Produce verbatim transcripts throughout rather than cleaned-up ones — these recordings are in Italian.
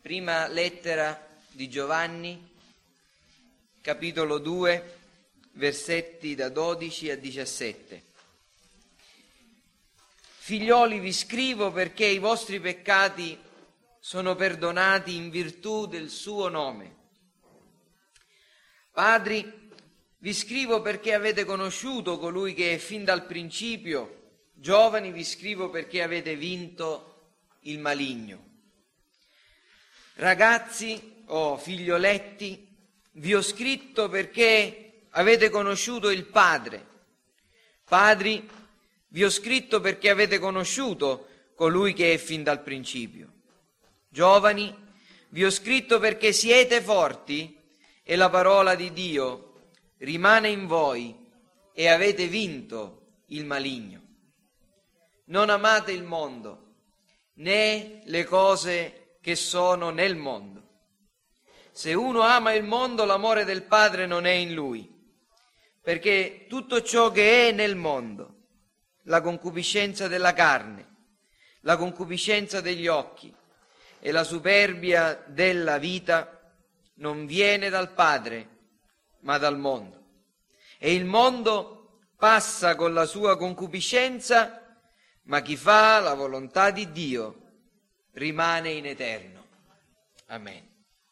Prima lettera di Giovanni, capitolo due, versetti da dodici a diciassette. Figlioli, vi scrivo perché i vostri peccati sono perdonati in virtù del suo nome. Padri, vi scrivo perché avete conosciuto colui che è fin dal principio. Giovani, vi scrivo perché avete vinto il maligno. Ragazzi o figlioletti, vi ho scritto perché avete conosciuto il Padre. Padri, vi ho scritto perché avete conosciuto colui che è fin dal principio. Giovani, vi ho scritto perché siete forti e la parola di Dio rimane in voi e avete vinto il maligno. Non amate il mondo, né le cose che sono nel mondo. Se uno ama il mondo, l'amore del Padre non è in lui, perché tutto ciò che è nel mondo, la concupiscenza della carne, la concupiscenza degli occhi e la superbia della vita, non viene dal Padre, ma dal mondo. E il mondo passa con la sua concupiscenza, ma chi fa la volontà di Dio rimane in eterno. Amen.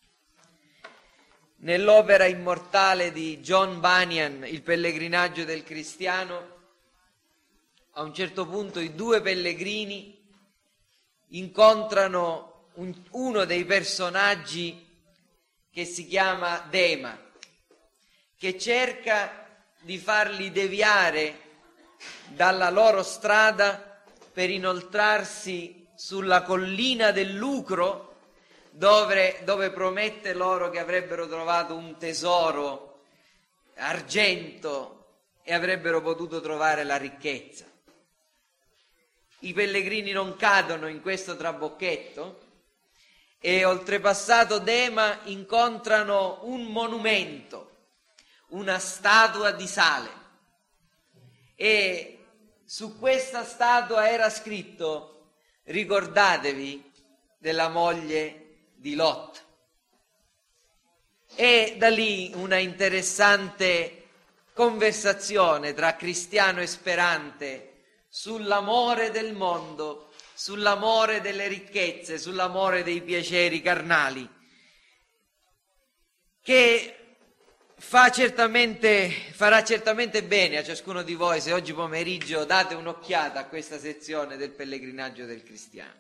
Nell'opera immortale di John Bunyan, Il pellegrinaggio del cristiano, a un certo punto i due pellegrini incontrano un, uno dei personaggi che si chiama Dema, che cerca di farli deviare dalla loro strada per inoltrarsi sulla collina del lucro, dove, dove promette loro che avrebbero trovato un tesoro, argento, e avrebbero potuto trovare la ricchezza. I pellegrini non cadono in questo trabocchetto e, oltrepassato Dema, incontrano un monumento, una statua di sale, e su questa statua era scritto: ricordatevi della moglie di Lot. E da lì una interessante conversazione tra cristiano e sperante sull'amore del mondo, sull'amore delle ricchezze, sull'amore dei piaceri carnali, che fa certamente, farà certamente bene a ciascuno di voi se oggi pomeriggio date un'occhiata a questa sezione del pellegrinaggio del cristiano.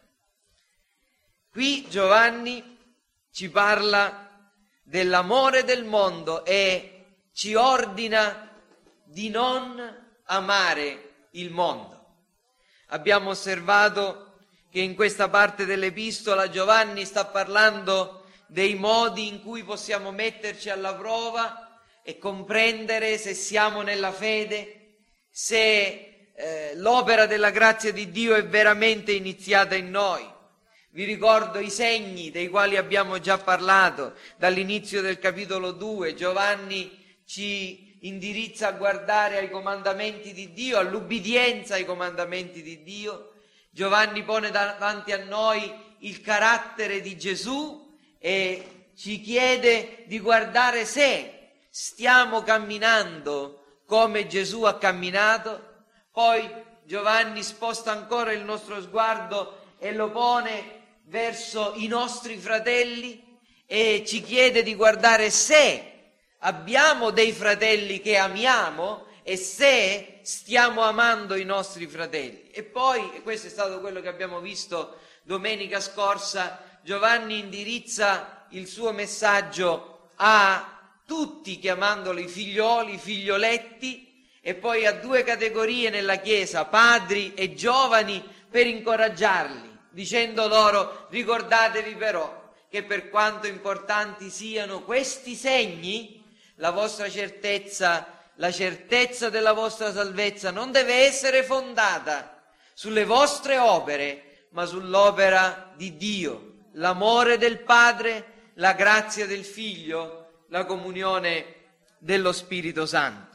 Qui Giovanni ci parla dell'amore del mondo e ci ordina di non amare il mondo. Abbiamo osservato che in questa parte dell'epistola Giovanni sta parlando dei modi in cui possiamo metterci alla prova e comprendere se siamo nella fede, se eh, l'opera della grazia di Dio è veramente iniziata in noi. Vi ricordo i segni dei quali abbiamo già parlato dall'inizio del capitolo due. Giovanni ci indirizza a guardare ai comandamenti di Dio, all'ubbidienza ai comandamenti di Dio. Giovanni pone davanti a noi il carattere di Gesù e ci chiede di guardare se stiamo camminando come Gesù ha camminato. Poi Giovanni sposta ancora il nostro sguardo e lo pone verso i nostri fratelli e ci chiede di guardare se abbiamo dei fratelli che amiamo e se stiamo amando i nostri fratelli. E poi, e questo è stato quello che abbiamo visto domenica scorsa, Giovanni indirizza il suo messaggio a tutti, chiamandoli figlioli, figlioletti, e poi a due categorie nella Chiesa, padri e giovani, per incoraggiarli, dicendo loro: ricordatevi però che per quanto importanti siano questi segni, la vostra certezza, la certezza della vostra salvezza non deve essere fondata sulle vostre opere, ma sull'opera di Dio, l'amore del Padre, la grazia del Figlio, la comunione dello Spirito Santo.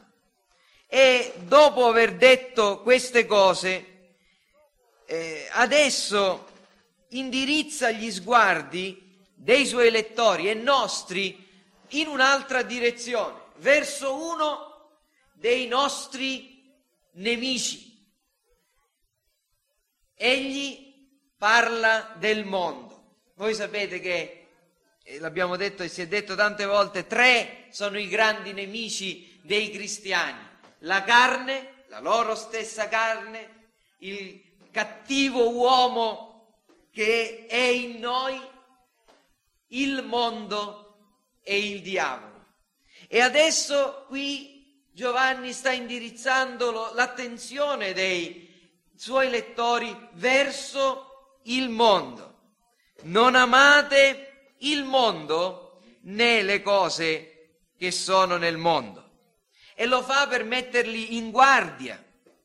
E dopo aver detto queste cose, eh, adesso indirizza gli sguardi dei suoi lettori e nostri in un'altra direzione, verso uno dei nostri nemici. Egli parla del mondo. Voi sapete che, eh, l'abbiamo detto e si è detto tante volte, tre sono i grandi nemici dei cristiani: la carne, la loro stessa carne, il cattivo uomo che è in noi, il mondo e il diavolo. E adesso qui Giovanni sta indirizzando l'attenzione dei suoi lettori verso il mondo. Non amate il mondo né le cose che sono nel mondo. E lo fa per metterli in guardia,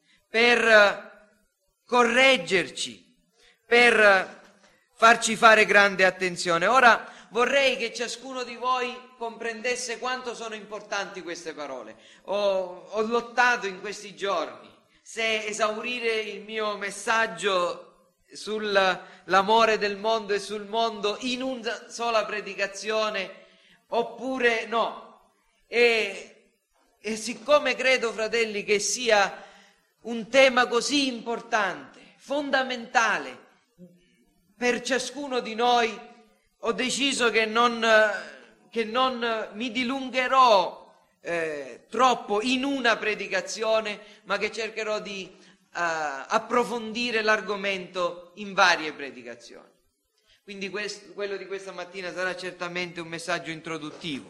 per correggerci, per farci fare grande attenzione. Ora vorrei che ciascuno di voi comprendesse quanto sono importanti queste parole. Ho, ho lottato in questi giorni se esaurire il mio messaggio sull'amore del mondo e sul mondo in una sola predicazione oppure no. E, e siccome credo, fratelli, che sia un tema così importante, fondamentale per ciascuno di noi, ho deciso che non, che non mi dilungherò eh, troppo in una predicazione, ma che cercherò di uh, approfondire l'argomento in varie predicazioni. Quindi questo, quello di questa mattina sarà certamente un messaggio introduttivo.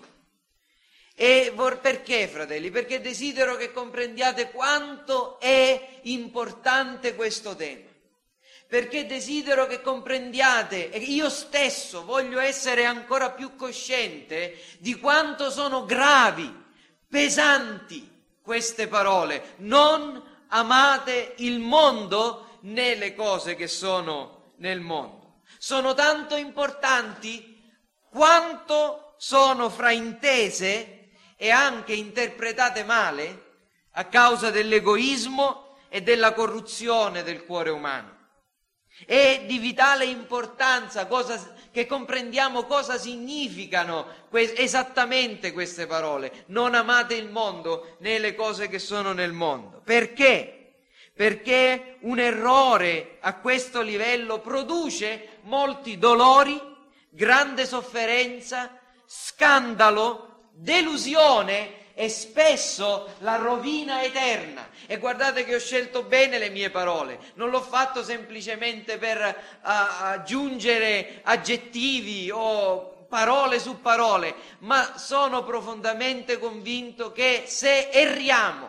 E vor, perché, fratelli? Perché desidero che comprendiate quanto è importante questo tema. Perché desidero che comprendiate, e io stesso voglio essere ancora più cosciente di quanto sono gravi, pesanti queste parole. Non amate il mondo né le cose che sono nel mondo. Sono tanto importanti quanto sono fraintese e anche interpretate male a causa dell'egoismo e della corruzione del cuore umano. È di vitale importanza cosa, che comprendiamo cosa significano que- esattamente queste parole. Non amate il mondo né le cose che sono nel mondo. Perché? Perché un errore a questo livello produce molti dolori, grande sofferenza, scandalo, delusione e spesso la rovina eterna. E guardate che ho scelto bene le mie parole, non l'ho fatto semplicemente per uh, aggiungere aggettivi o parole su parole, ma sono profondamente convinto che se erriamo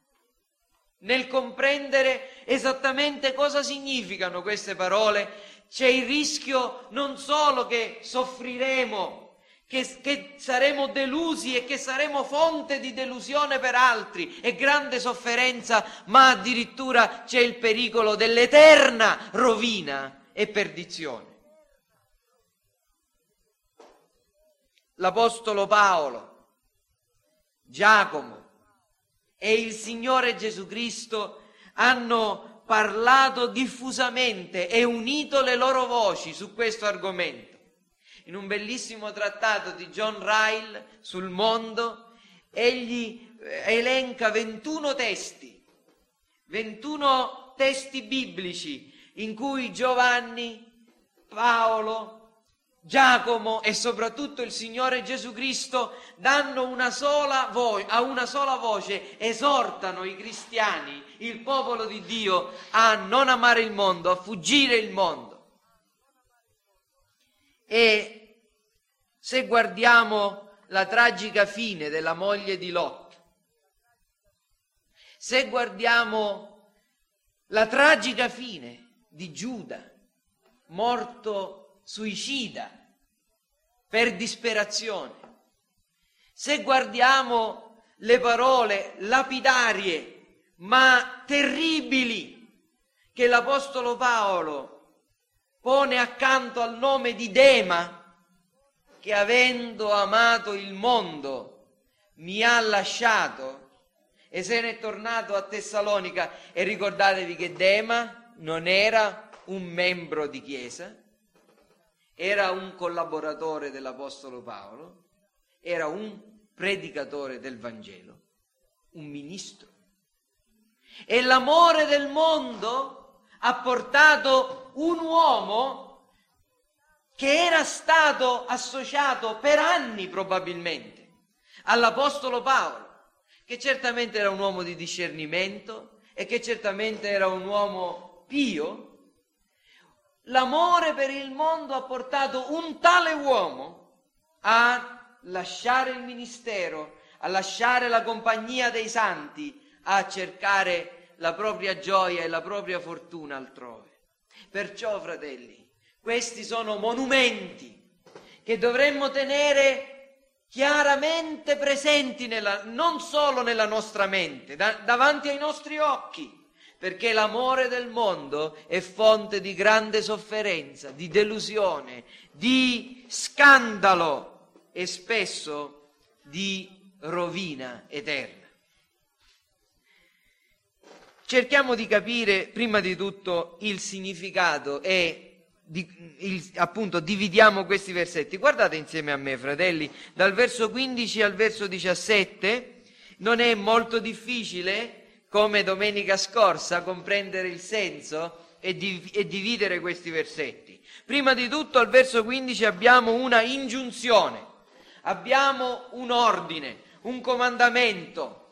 nel comprendere esattamente cosa significano queste parole, c'è il rischio non solo che soffriremo, Che, che saremo delusi e che saremo fonte di delusione per altri e grande sofferenza, ma addirittura c'è il pericolo dell'eterna rovina e perdizione. L'Apostolo Paolo, Giacomo e il Signore Gesù Cristo hanno parlato diffusamente e unito le loro voci su questo argomento. In un bellissimo trattato di John Ryle sul mondo, egli elenca ventuno testi, ventuno testi biblici in cui Giovanni, Paolo, Giacomo e soprattutto il Signore Gesù Cristo danno una sola voce, a una sola voce esortano i cristiani, il popolo di Dio, a non amare il mondo, a fuggire il mondo. E se guardiamo la tragica fine della moglie di Lot, se guardiamo la tragica fine di Giuda, morto suicida per disperazione, se guardiamo le parole lapidarie ma terribili che l'Apostolo Paolo pone accanto al nome di Dema, che avendo amato il mondo mi ha lasciato e se n'è tornato a Tessalonica. E ricordatevi che Dema non era un membro di chiesa, era un collaboratore dell'Apostolo Paolo, era un predicatore del Vangelo, un ministro. E l'amore del mondo ha portato un uomo che era stato associato per anni probabilmente all'Apostolo Paolo, che certamente era un uomo di discernimento e che certamente era un uomo pio. L'amore per il mondo ha portato un tale uomo a lasciare il ministero, a lasciare la compagnia dei santi, a cercare la propria gioia e la propria fortuna altrove. Perciò, fratelli, questi sono monumenti che dovremmo tenere chiaramente presenti nella, non solo nella nostra mente, da, davanti ai nostri occhi, perché l'amore del mondo è fonte di grande sofferenza, di delusione, di scandalo e spesso di rovina eterna. Cerchiamo di capire prima di tutto il significato e di, il, appunto dividiamo questi versetti. Guardate insieme a me, fratelli, dal verso quindici al verso diciassette. Non è molto difficile, come domenica scorsa, comprendere il senso e, di, e dividere questi versetti. Prima di tutto al verso quindici abbiamo una ingiunzione, abbiamo un ordine, un comandamento,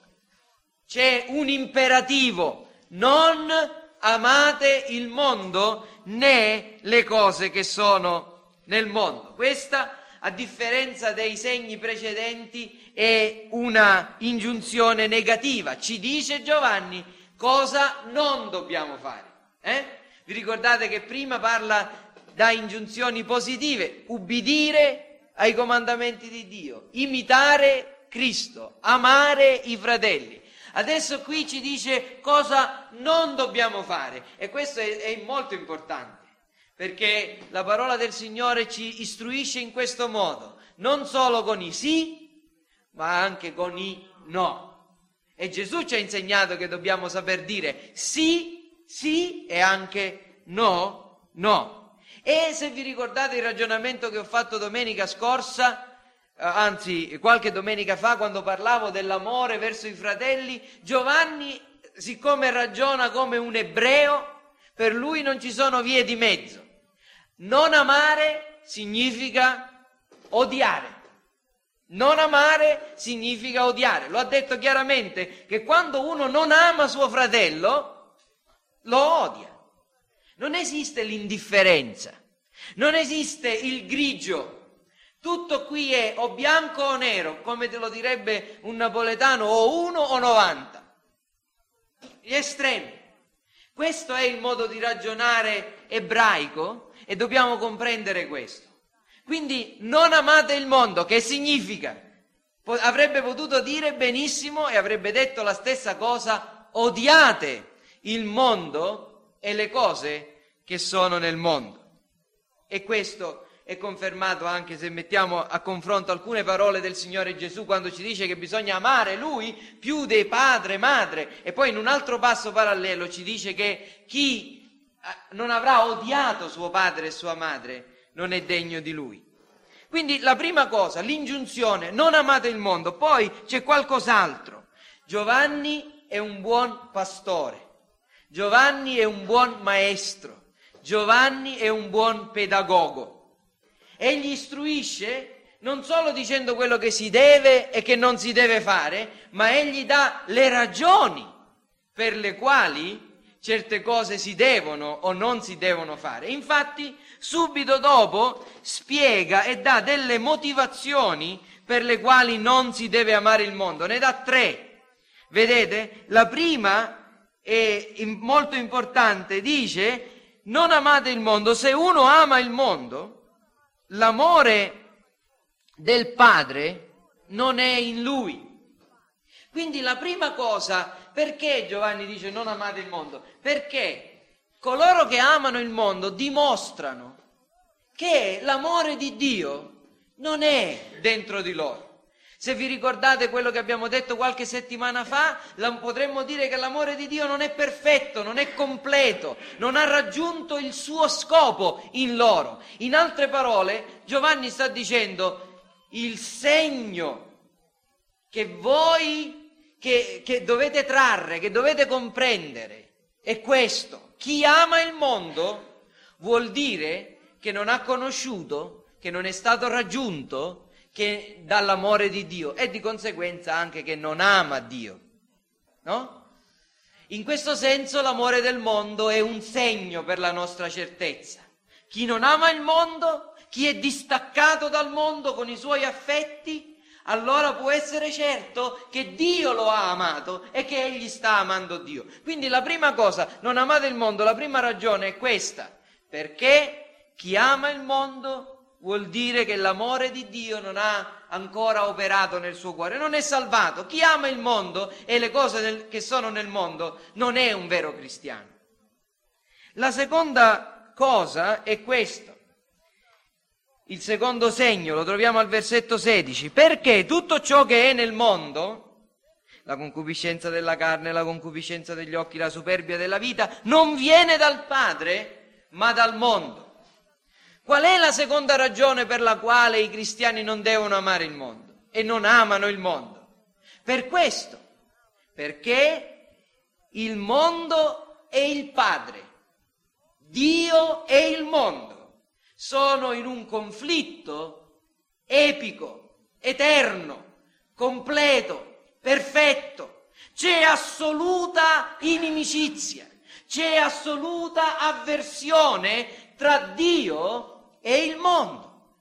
c'è un imperativo: non amate il mondo né le cose che sono nel mondo. Questa, a differenza dei segni precedenti, è una ingiunzione negativa. Ci dice Giovanni cosa non dobbiamo fare. Eh? Vi ricordate che prima parla da ingiunzioni positive: ubbidire ai comandamenti di Dio, imitare Cristo, amare i fratelli. Adesso qui ci dice cosa non dobbiamo fare, e questo è, è molto importante, perché la parola del Signore ci istruisce in questo modo, non solo con i sì, ma anche con i no. E Gesù ci ha insegnato che dobbiamo saper dire sì, sì e anche no, no. E se vi ricordate il ragionamento che ho fatto domenica scorsa, anzi qualche domenica fa, quando parlavo dell'amore verso i fratelli, Giovanni, siccome ragiona come un ebreo, per lui non ci sono vie di mezzo. Non amare significa odiare. Non amare significa odiare. Lo ha detto chiaramente, che quando uno non ama suo fratello, lo odia. Non esiste l'indifferenza, non esiste il grigio. Tutto qui è o bianco o nero, come te lo direbbe un napoletano, o uno o novanta. Gli estremi. Questo è il modo di ragionare ebraico e dobbiamo comprendere questo. Quindi non amate il mondo, che significa? Avrebbe potuto dire benissimo, e avrebbe detto la stessa cosa: odiate il mondo e le cose che sono nel mondo. E questo è confermato anche se mettiamo a confronto alcune parole del Signore Gesù, quando ci dice che bisogna amare Lui più dei padre e madre, e poi in un altro passo parallelo ci dice che chi non avrà odiato suo padre e sua madre non è degno di Lui. Quindi la prima cosa, l'ingiunzione: non amate il mondo. Poi c'è qualcos'altro. Giovanni è un buon pastore, Giovanni è un buon maestro, Giovanni è un buon pedagogo. Egli istruisce non solo dicendo quello che si deve e che non si deve fare, ma egli dà le ragioni per le quali certe cose si devono o non si devono fare. Infatti, subito dopo spiega e dà delle motivazioni per le quali non si deve amare il mondo. Ne dà tre. Vedete? La prima è molto importante, dice: non amate il mondo. Se uno ama il mondo, l'amore del Padre non è in lui. Quindi la prima cosa, perché Giovanni dice non amate il mondo? Perché coloro che amano il mondo dimostrano che l'amore di Dio non è dentro di loro. Se vi ricordate quello che abbiamo detto qualche settimana fa, la, potremmo dire che l'amore di Dio non è perfetto, non è completo, non ha raggiunto il suo scopo in loro. In altre parole, Giovanni sta dicendo: il segno che voi che, che dovete trarre, che dovete comprendere, è questo: chi ama il mondo vuol dire che non ha conosciuto, che non è stato raggiunto che dall'amore di Dio, e di conseguenza anche che non ama Dio, no? In questo senso l'amore del mondo è un segno per la nostra certezza. Chi non ama il mondo, chi è distaccato dal mondo con i suoi affetti, allora può essere certo che Dio lo ha amato e che egli sta amando Dio. Quindi la prima cosa, non amate il mondo, la prima ragione è questa: perché chi ama il mondo vuol dire che l'amore di Dio non ha ancora operato nel suo cuore, non è salvato. Chi ama il mondo e le cose nel, che sono nel mondo non è un vero cristiano. La seconda cosa è questo. Il secondo segno lo troviamo al versetto sedici: perché tutto ciò che è nel mondo, la concupiscenza della carne, la concupiscenza degli occhi, la superbia della vita, non viene dal Padre, ma dal mondo. Qual è la seconda ragione per la quale i cristiani non devono amare il mondo e non amano il mondo? Per questo, perché il mondo è il Padre, Dio è il mondo. Sono in un conflitto epico, eterno, completo, perfetto. C'è assoluta inimicizia, c'è assoluta avversione tra Dio e il mondo.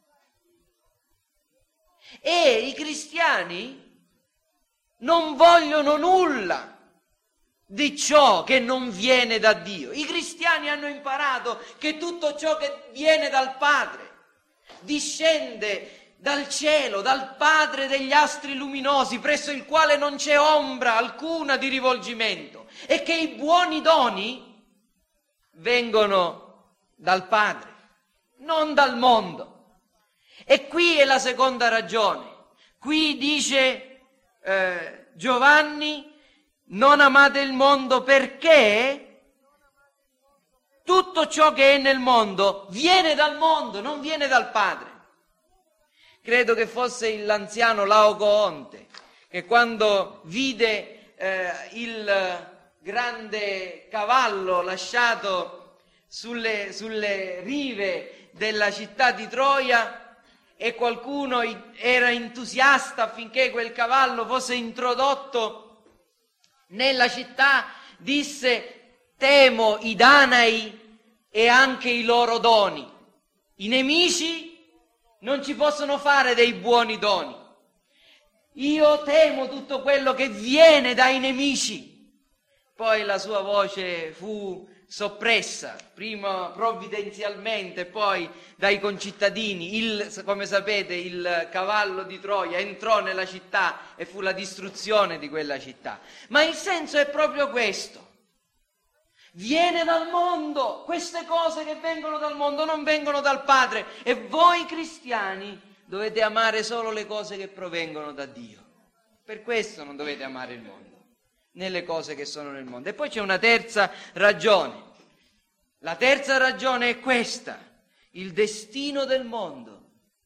E i cristiani non vogliono nulla di ciò che non viene da Dio. I cristiani hanno imparato che tutto ciò che viene dal Padre discende dal cielo, dal Padre degli astri luminosi, presso il quale non c'è ombra alcuna di rivolgimento, e che i buoni doni vengono dal Padre, non dal mondo. E qui è la seconda ragione. Qui dice eh, Giovanni: non amate il mondo, perché tutto ciò che è nel mondo viene dal mondo, non viene dal Padre. Credo che fosse l'anziano Laocoonte che, quando vide eh, il grande cavallo lasciato sulle, sulle rive della città di Troia, e qualcuno era entusiasta affinché quel cavallo fosse introdotto nella città, disse: temo i Danai e anche i loro doni. I nemici non ci possono fare dei buoni doni. Io temo tutto quello che viene dai nemici. Poi la sua voce fu soppressa, prima provvidenzialmente, poi dai concittadini. Il, come sapete, il cavallo di Troia entrò nella città e fu la distruzione di quella città. Ma il senso è proprio questo: viene dal mondo, queste cose che vengono dal mondo non vengono dal Padre, e voi cristiani dovete amare solo le cose che provengono da Dio. Per questo non dovete amare il mondo, nelle cose che sono nel mondo. E poi c'è una terza ragione. La terza ragione è questa: il destino del mondo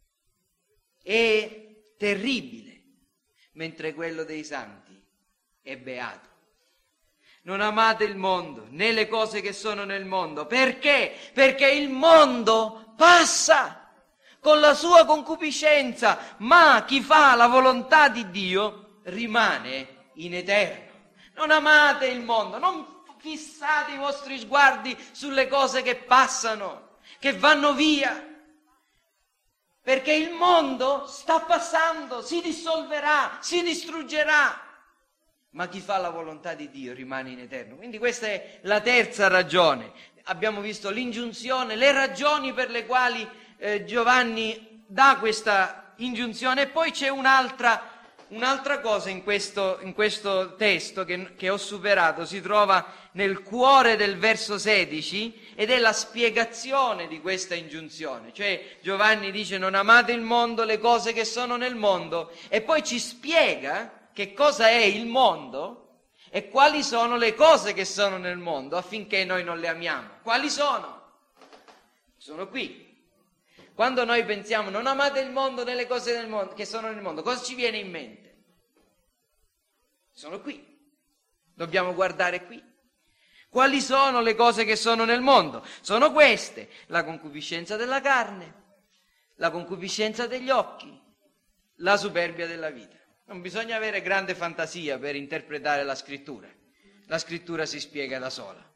è terribile, mentre quello dei santi è beato. Non amate il mondo, né le cose che sono nel mondo. Perché? Perché il mondo passa con la sua concupiscenza, ma chi fa la volontà di Dio rimane in eterno. Non amate il mondo, non fissate i vostri sguardi sulle cose che passano, che vanno via, perché il mondo sta passando, si dissolverà, si distruggerà, ma chi fa la volontà di Dio rimane in eterno. Quindi questa è la terza ragione. Abbiamo visto l'ingiunzione, le ragioni per le quali eh, Giovanni dà questa ingiunzione, e poi c'è un'altra Un'altra cosa in questo, in questo testo che, che ho superato si trova nel cuore del verso sedici ed è la spiegazione di questa ingiunzione. Cioè Giovanni dice: non amate il mondo, le cose che sono nel mondo, e poi ci spiega che cosa è il mondo e quali sono le cose che sono nel mondo affinché noi non le amiamo. Quali sono? Sono qui. Quando noi pensiamo non amate il mondo nelle cose del mondo, che sono nel mondo, cosa ci viene in mente? Sono qui. Dobbiamo guardare qui. Quali sono le cose che sono nel mondo? Sono queste: la concupiscenza della carne, la concupiscenza degli occhi, la superbia della vita. Non bisogna avere grande fantasia per interpretare la scrittura. La scrittura si spiega da sola.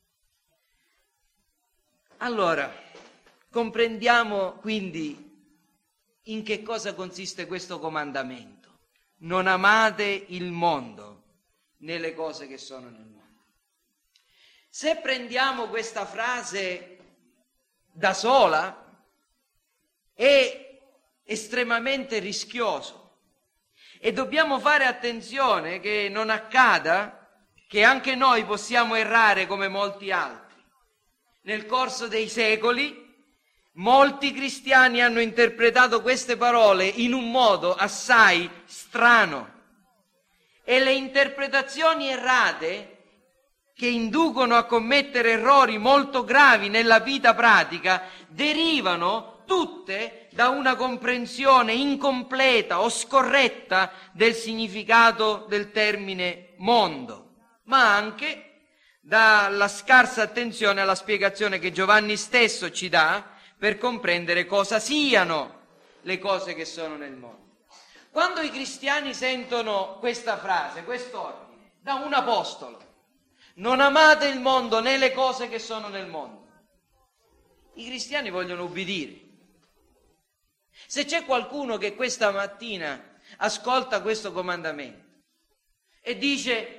Allora, comprendiamo quindi in che cosa consiste questo comandamento. Non amate il mondo nelle cose che sono nel mondo. Se prendiamo questa frase da sola è estremamente rischioso e dobbiamo fare attenzione che non accada che anche noi possiamo errare come molti altri. Nel corso dei secoli molti cristiani hanno interpretato queste parole in un modo assai strano e le interpretazioni errate che inducono a commettere errori molto gravi nella vita pratica derivano tutte da una comprensione incompleta o scorretta del significato del termine mondo, ma anche dalla scarsa attenzione alla spiegazione che Giovanni stesso ci dà per comprendere cosa siano le cose che sono nel mondo. Quando i cristiani sentono questa frase, quest'ordine, da un apostolo: non amate il mondo né le cose che sono nel mondo, i cristiani vogliono ubbidire. Se c'è qualcuno che questa mattina ascolta questo comandamento e dice: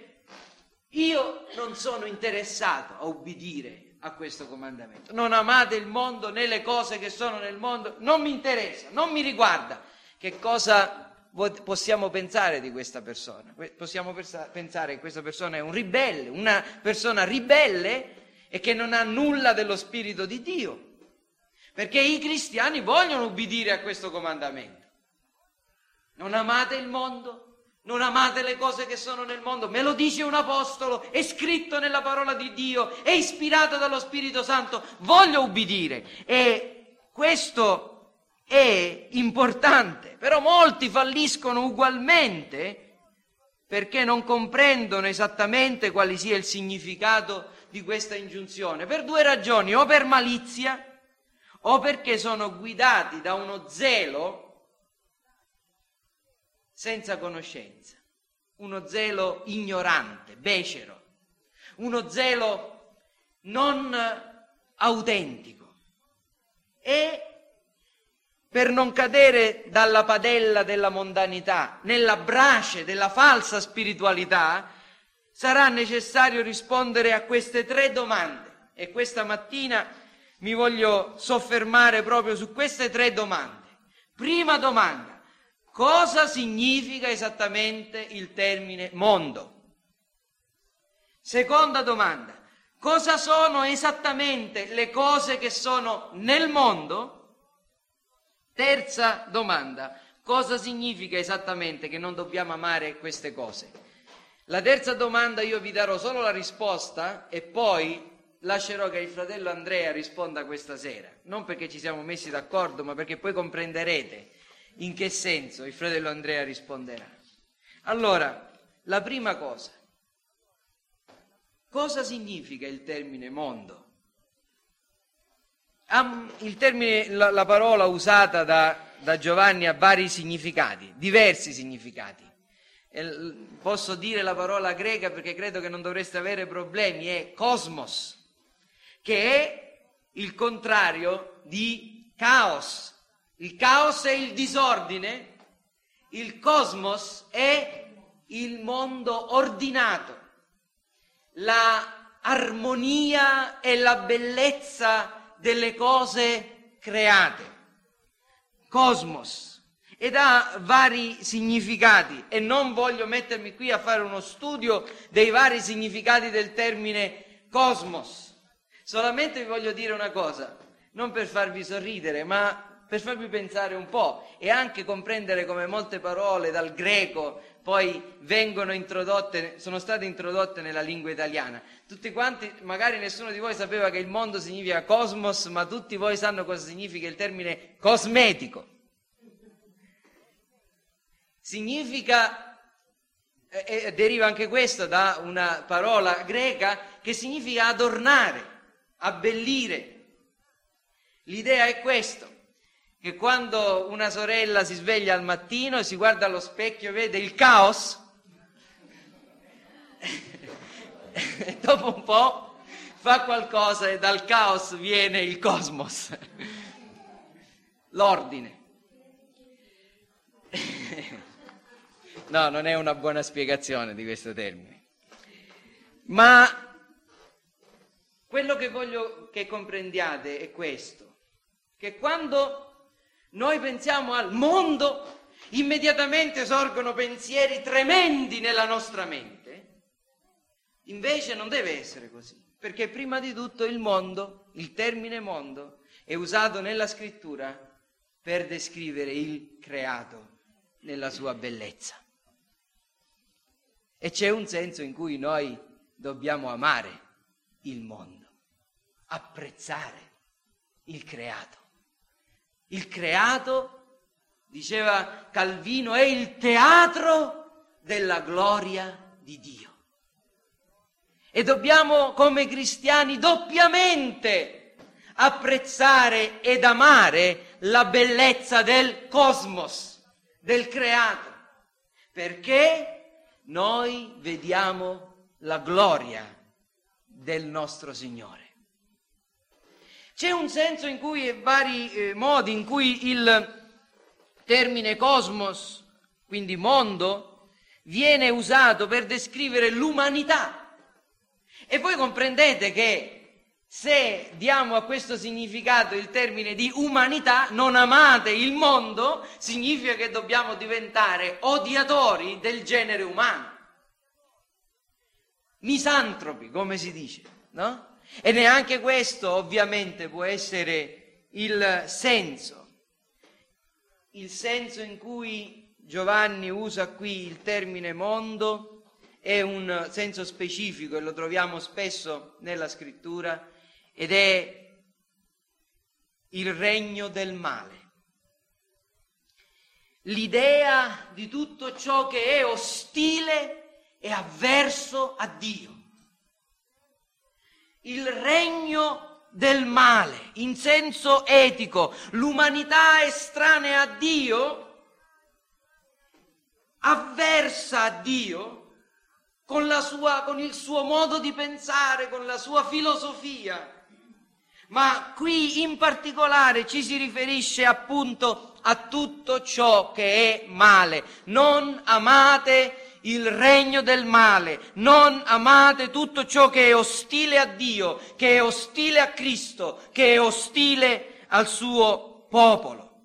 io non sono interessato a ubbidire a questo comandamento, non amate il mondo né le cose che sono nel mondo, non mi interessa, non mi riguarda, che cosa possiamo pensare di questa persona? Possiamo pensare che questa persona è un ribelle, una persona ribelle e che non ha nulla dello Spirito di Dio, perché i cristiani vogliono ubbidire a questo comandamento. Non amate il mondo, non amate le cose che sono nel mondo, me lo dice un apostolo, è scritto nella parola di Dio, è ispirato dallo Spirito Santo, voglio ubbidire. E questo è importante, però molti falliscono ugualmente perché non comprendono esattamente quale sia il significato di questa ingiunzione, per due ragioni: o per malizia o perché sono guidati da uno zelo senza conoscenza, uno zelo ignorante, becero, uno zelo non autentico. E per non cadere dalla padella della mondanità, nella brace della falsa spiritualità, sarà necessario rispondere a queste tre domande. E questa mattina mi voglio soffermare proprio su queste tre domande. Prima domanda: cosa significa esattamente il termine mondo? Seconda domanda: cosa sono esattamente le cose che sono nel mondo? Terza domanda: cosa significa esattamente che non dobbiamo amare queste cose? La terza domanda io vi darò solo la risposta e poi lascerò che il fratello Andrea risponda questa sera, non perché ci siamo messi d'accordo, ma perché poi comprenderete in che senso il fratello Andrea risponderà. Allora, la prima cosa: cosa significa il termine mondo? Il termine, la, la parola usata da, da Giovanni ha vari significati, diversi significati. E posso dire la parola greca perché credo che non dovreste avere problemi, è cosmos, che è il contrario di caos. Il caos è il disordine, il cosmos è il mondo ordinato, la armonia e la bellezza delle cose create. Cosmos ed ha vari significati, e non voglio mettermi qui a fare uno studio dei vari significati del termine cosmos. Solamente vi voglio dire una cosa, non per farvi sorridere, ma per farvi pensare un po' e anche comprendere come molte parole dal greco poi vengono introdotte, sono state introdotte nella lingua italiana. Tutti quanti, magari nessuno di voi sapeva che il mondo significa cosmos, ma tutti voi sanno cosa significa il termine cosmetico. Significa, e eh, deriva anche questo da una parola greca che significa adornare, abbellire. L'idea è questo, che quando una sorella si sveglia al mattino e si guarda allo specchio e vede il caos, e dopo un po' fa qualcosa e dal caos viene il cosmos, l'ordine. No, non è una buona spiegazione di questo termine. Ma quello che voglio che comprendiate è questo, che quando noi pensiamo al mondo, immediatamente sorgono pensieri tremendi nella nostra mente. Invece non deve essere così, perché prima di tutto il mondo, il termine mondo, è usato nella scrittura per descrivere il creato nella sua bellezza. E c'è un senso in cui noi dobbiamo amare il mondo, apprezzare il creato. Il creato, diceva Calvino, è il teatro della gloria di Dio. E dobbiamo, come cristiani, doppiamente apprezzare ed amare la bellezza del cosmos, del creato, perché noi vediamo la gloria del nostro Signore. C'è un senso in cui, e vari eh, modi in cui il termine cosmos, quindi mondo, viene usato per descrivere l'umanità. E voi comprendete che se diamo a questo significato il termine di umanità, non amate il mondo, significa che dobbiamo diventare odiatori del genere umano. Misantropi, come si dice, no? E neanche questo ovviamente può essere il senso, il senso in cui Giovanni usa qui il termine mondo è un senso specifico e lo troviamo spesso nella scrittura ed è il regno del male. L'idea di tutto ciò che è ostile e avverso a Dio. Il regno del male, in senso etico, l'umanità estranea a Dio, avversa a Dio con, la sua, con il suo modo di pensare, con la sua filosofia. Ma qui in particolare ci si riferisce appunto a tutto ciò che è male. Non amate il regno del male, non amate tutto ciò che è ostile a Dio, che è ostile a Cristo, che è ostile al suo popolo.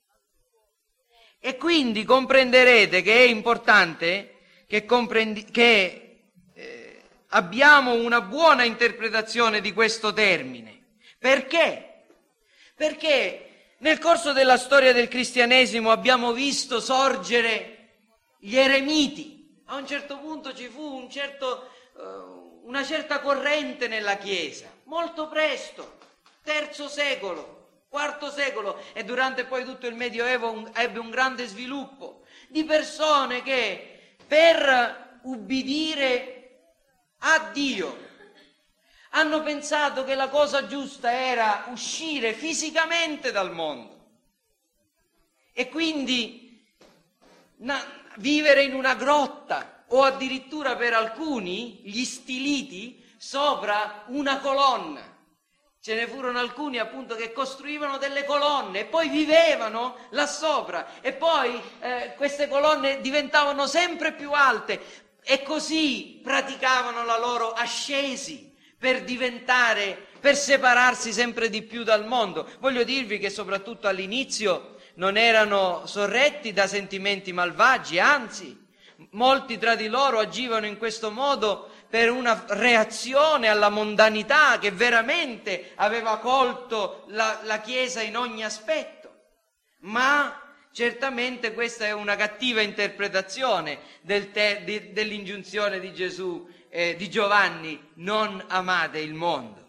E quindi comprenderete che è importante che, comprendi- che eh, abbiamo una buona interpretazione di questo termine. Perché? Perché nel corso della storia del cristianesimo abbiamo visto sorgere gli eremiti. A un certo punto ci fu un certo, uh, una certa corrente nella Chiesa, molto presto, terzo secolo, quarto secolo, e durante poi tutto il Medioevo un, ebbe un grande sviluppo di persone che per ubbidire a Dio hanno pensato che la cosa giusta era uscire fisicamente dal mondo e quindi na- vivere in una grotta o addirittura per alcuni gli stiliti sopra una colonna. Ce ne furono alcuni appunto che costruivano delle colonne e poi vivevano là sopra e poi eh, queste colonne diventavano sempre più alte e così praticavano la loro ascesi per diventare, per separarsi sempre di più dal mondo. Voglio dirvi che soprattutto all'inizio non erano sorretti da sentimenti malvagi, anzi, molti tra di loro agivano in questo modo per una reazione alla mondanità che veramente aveva colto la, la Chiesa in ogni aspetto. Ma certamente questa è una cattiva interpretazione del te, di, dell'ingiunzione di Gesù, eh, di Giovanni: non amate il mondo.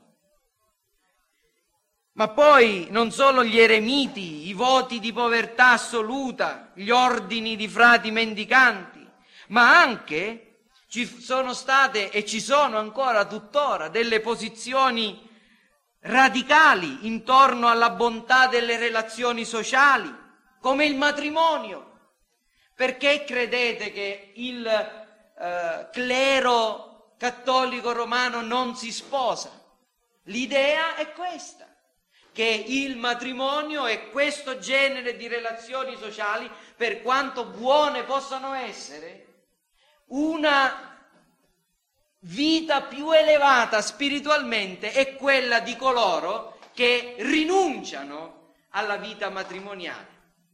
Ma poi non solo gli eremiti, i voti di povertà assoluta, gli ordini di frati mendicanti, ma anche ci sono state e ci sono ancora tuttora delle posizioni radicali intorno alla bontà delle relazioni sociali, come il matrimonio. Perché credete che il eh, clero cattolico romano non si sposa? L'idea è questa, che il matrimonio è questo genere di relazioni sociali, per quanto buone possano essere, una vita più elevata spiritualmente è quella di coloro che rinunciano alla vita matrimoniale.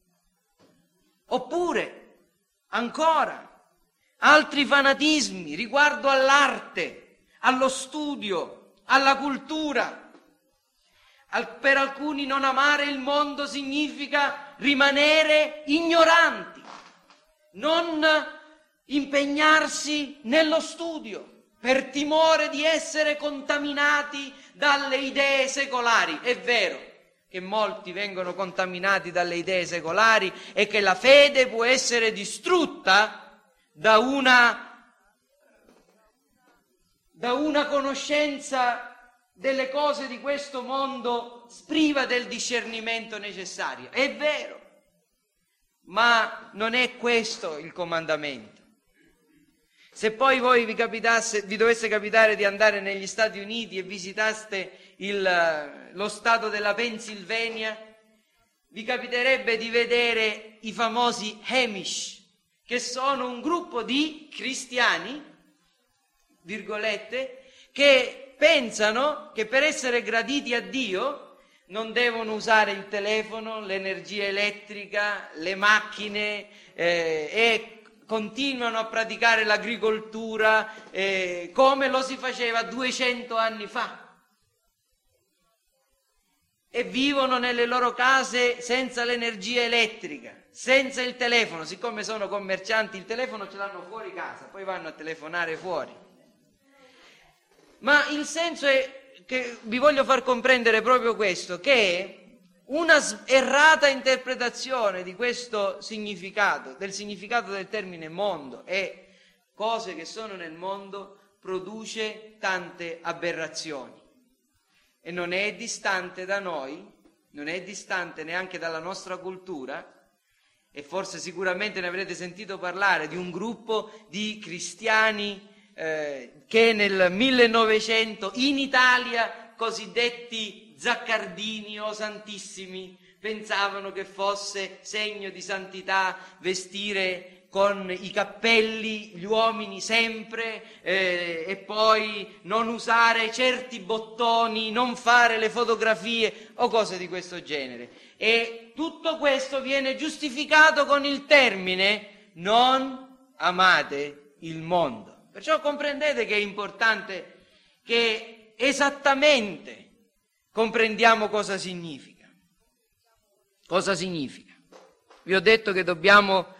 Oppure, ancora, altri fanatismi riguardo all'arte, allo studio, alla cultura. Per alcuni non amare il mondo significa rimanere ignoranti, non impegnarsi nello studio per timore di essere contaminati dalle idee secolari. È vero che molti vengono contaminati dalle idee secolari e che la fede può essere distrutta da una, da una conoscenza delle cose di questo mondo priva del discernimento necessario. È vero, ma non è questo il comandamento. Se poi voi vi capitasse, vi dovesse capitare di andare negli Stati Uniti e visitaste il, lo stato della Pennsylvania, vi capiterebbe di vedere i famosi Amish, che sono un gruppo di cristiani, virgolette, che pensano che per essere graditi a Dio non devono usare il telefono, l'energia elettrica, le macchine eh, e continuano a praticare l'agricoltura eh, come lo si faceva duecento anni fa. E vivono nelle loro case senza l'energia elettrica, senza il telefono. Siccome sono commercianti, il telefono ce l'hanno fuori casa, poi vanno a telefonare fuori. Ma il senso è che vi voglio far comprendere proprio questo, che una errata interpretazione di questo significato, del significato del termine mondo e cose che sono nel mondo, produce tante aberrazioni. E non è distante da noi, non è distante neanche dalla nostra cultura, e forse sicuramente ne avrete sentito parlare di un gruppo di cristiani Eh, che nel millenovecento in Italia, cosiddetti zaccardini o santissimi, pensavano che fosse segno di santità vestire con i cappelli gli uomini sempre eh, e poi non usare certi bottoni, non fare le fotografie o cose di questo genere. E tutto questo viene giustificato con il termine: non amate il mondo. Perciò comprendete che è importante che esattamente comprendiamo cosa significa. Cosa significa? Vi ho detto che dobbiamo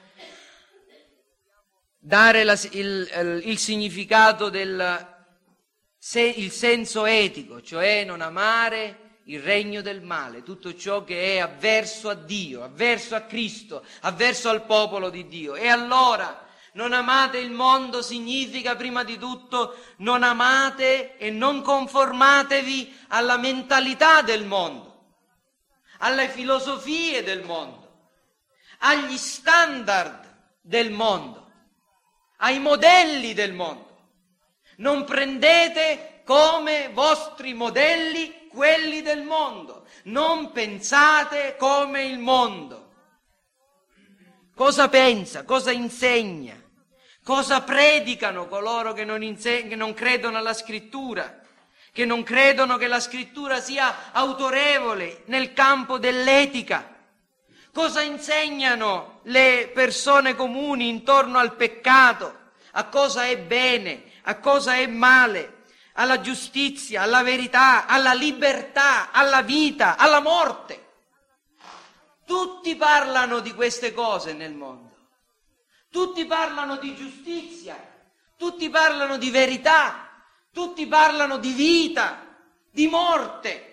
dare la, il, il, il significato del se, il senso etico, cioè non amare il regno del male, tutto ciò che è avverso a Dio, avverso a Cristo, avverso al popolo di Dio. E allora non amate il mondo significa prima di tutto non amate e non conformatevi alla mentalità del mondo, alle filosofie del mondo, agli standard del mondo, ai modelli del mondo. Non prendete come vostri modelli quelli del mondo, non pensate come il mondo. Cosa pensa, cosa insegna? Cosa predicano coloro che non, inseg- che non credono alla scrittura, che non credono che la scrittura sia autorevole nel campo dell'etica? Cosa insegnano le persone comuni intorno al peccato, a cosa è bene, a cosa è male, alla giustizia, alla verità, alla libertà, alla vita, alla morte. Tutti parlano di queste cose nel mondo. Tutti parlano di giustizia, tutti parlano di verità, tutti parlano di vita, di morte.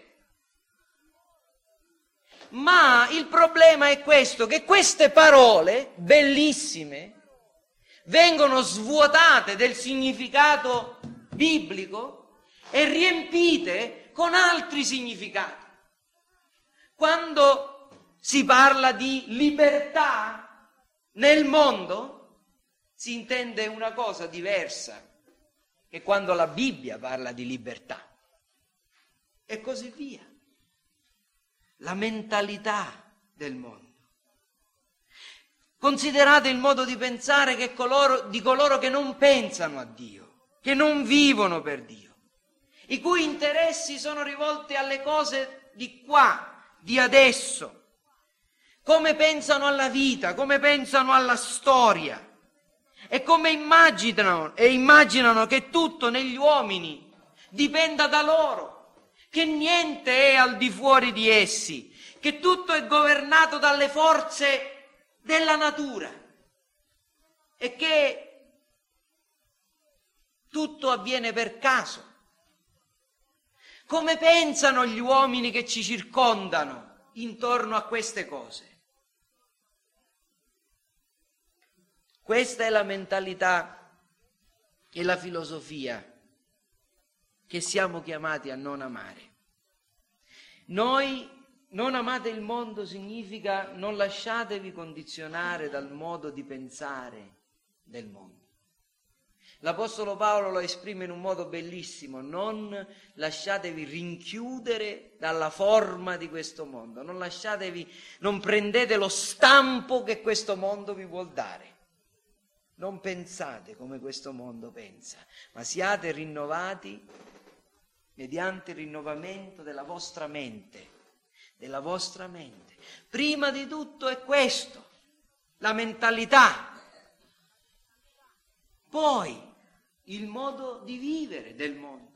Ma il problema è questo, che queste parole bellissime vengono svuotate del significato biblico e riempite con altri significati. Quando si parla di libertà nel mondo, si intende una cosa diversa che quando la Bibbia parla di libertà. E così via. La mentalità del mondo. Considerate il modo di pensare che coloro, di coloro che non pensano a Dio, che non vivono per Dio, i cui interessi sono rivolti alle cose di qua, di adesso. Come pensano alla vita, come pensano alla storia e come immaginano e immaginano che tutto negli uomini dipenda da loro, che niente è al di fuori di essi, che tutto è governato dalle forze della natura e che tutto avviene per caso. Come pensano gli uomini che ci circondano intorno a queste cose? Questa è la mentalità e la filosofia che siamo chiamati a non amare. Noi non amate il mondo significa non lasciatevi condizionare dal modo di pensare del mondo. L'Apostolo Paolo lo esprime in un modo bellissimo: non lasciatevi rinchiudere dalla forma di questo mondo, non lasciatevi, non prendete lo stampo che questo mondo vi vuol dare. Non pensate come questo mondo pensa, ma siate rinnovati mediante il rinnovamento della vostra mente, della vostra mente. Prima di tutto è questo, la mentalità. Poi il modo di vivere del mondo.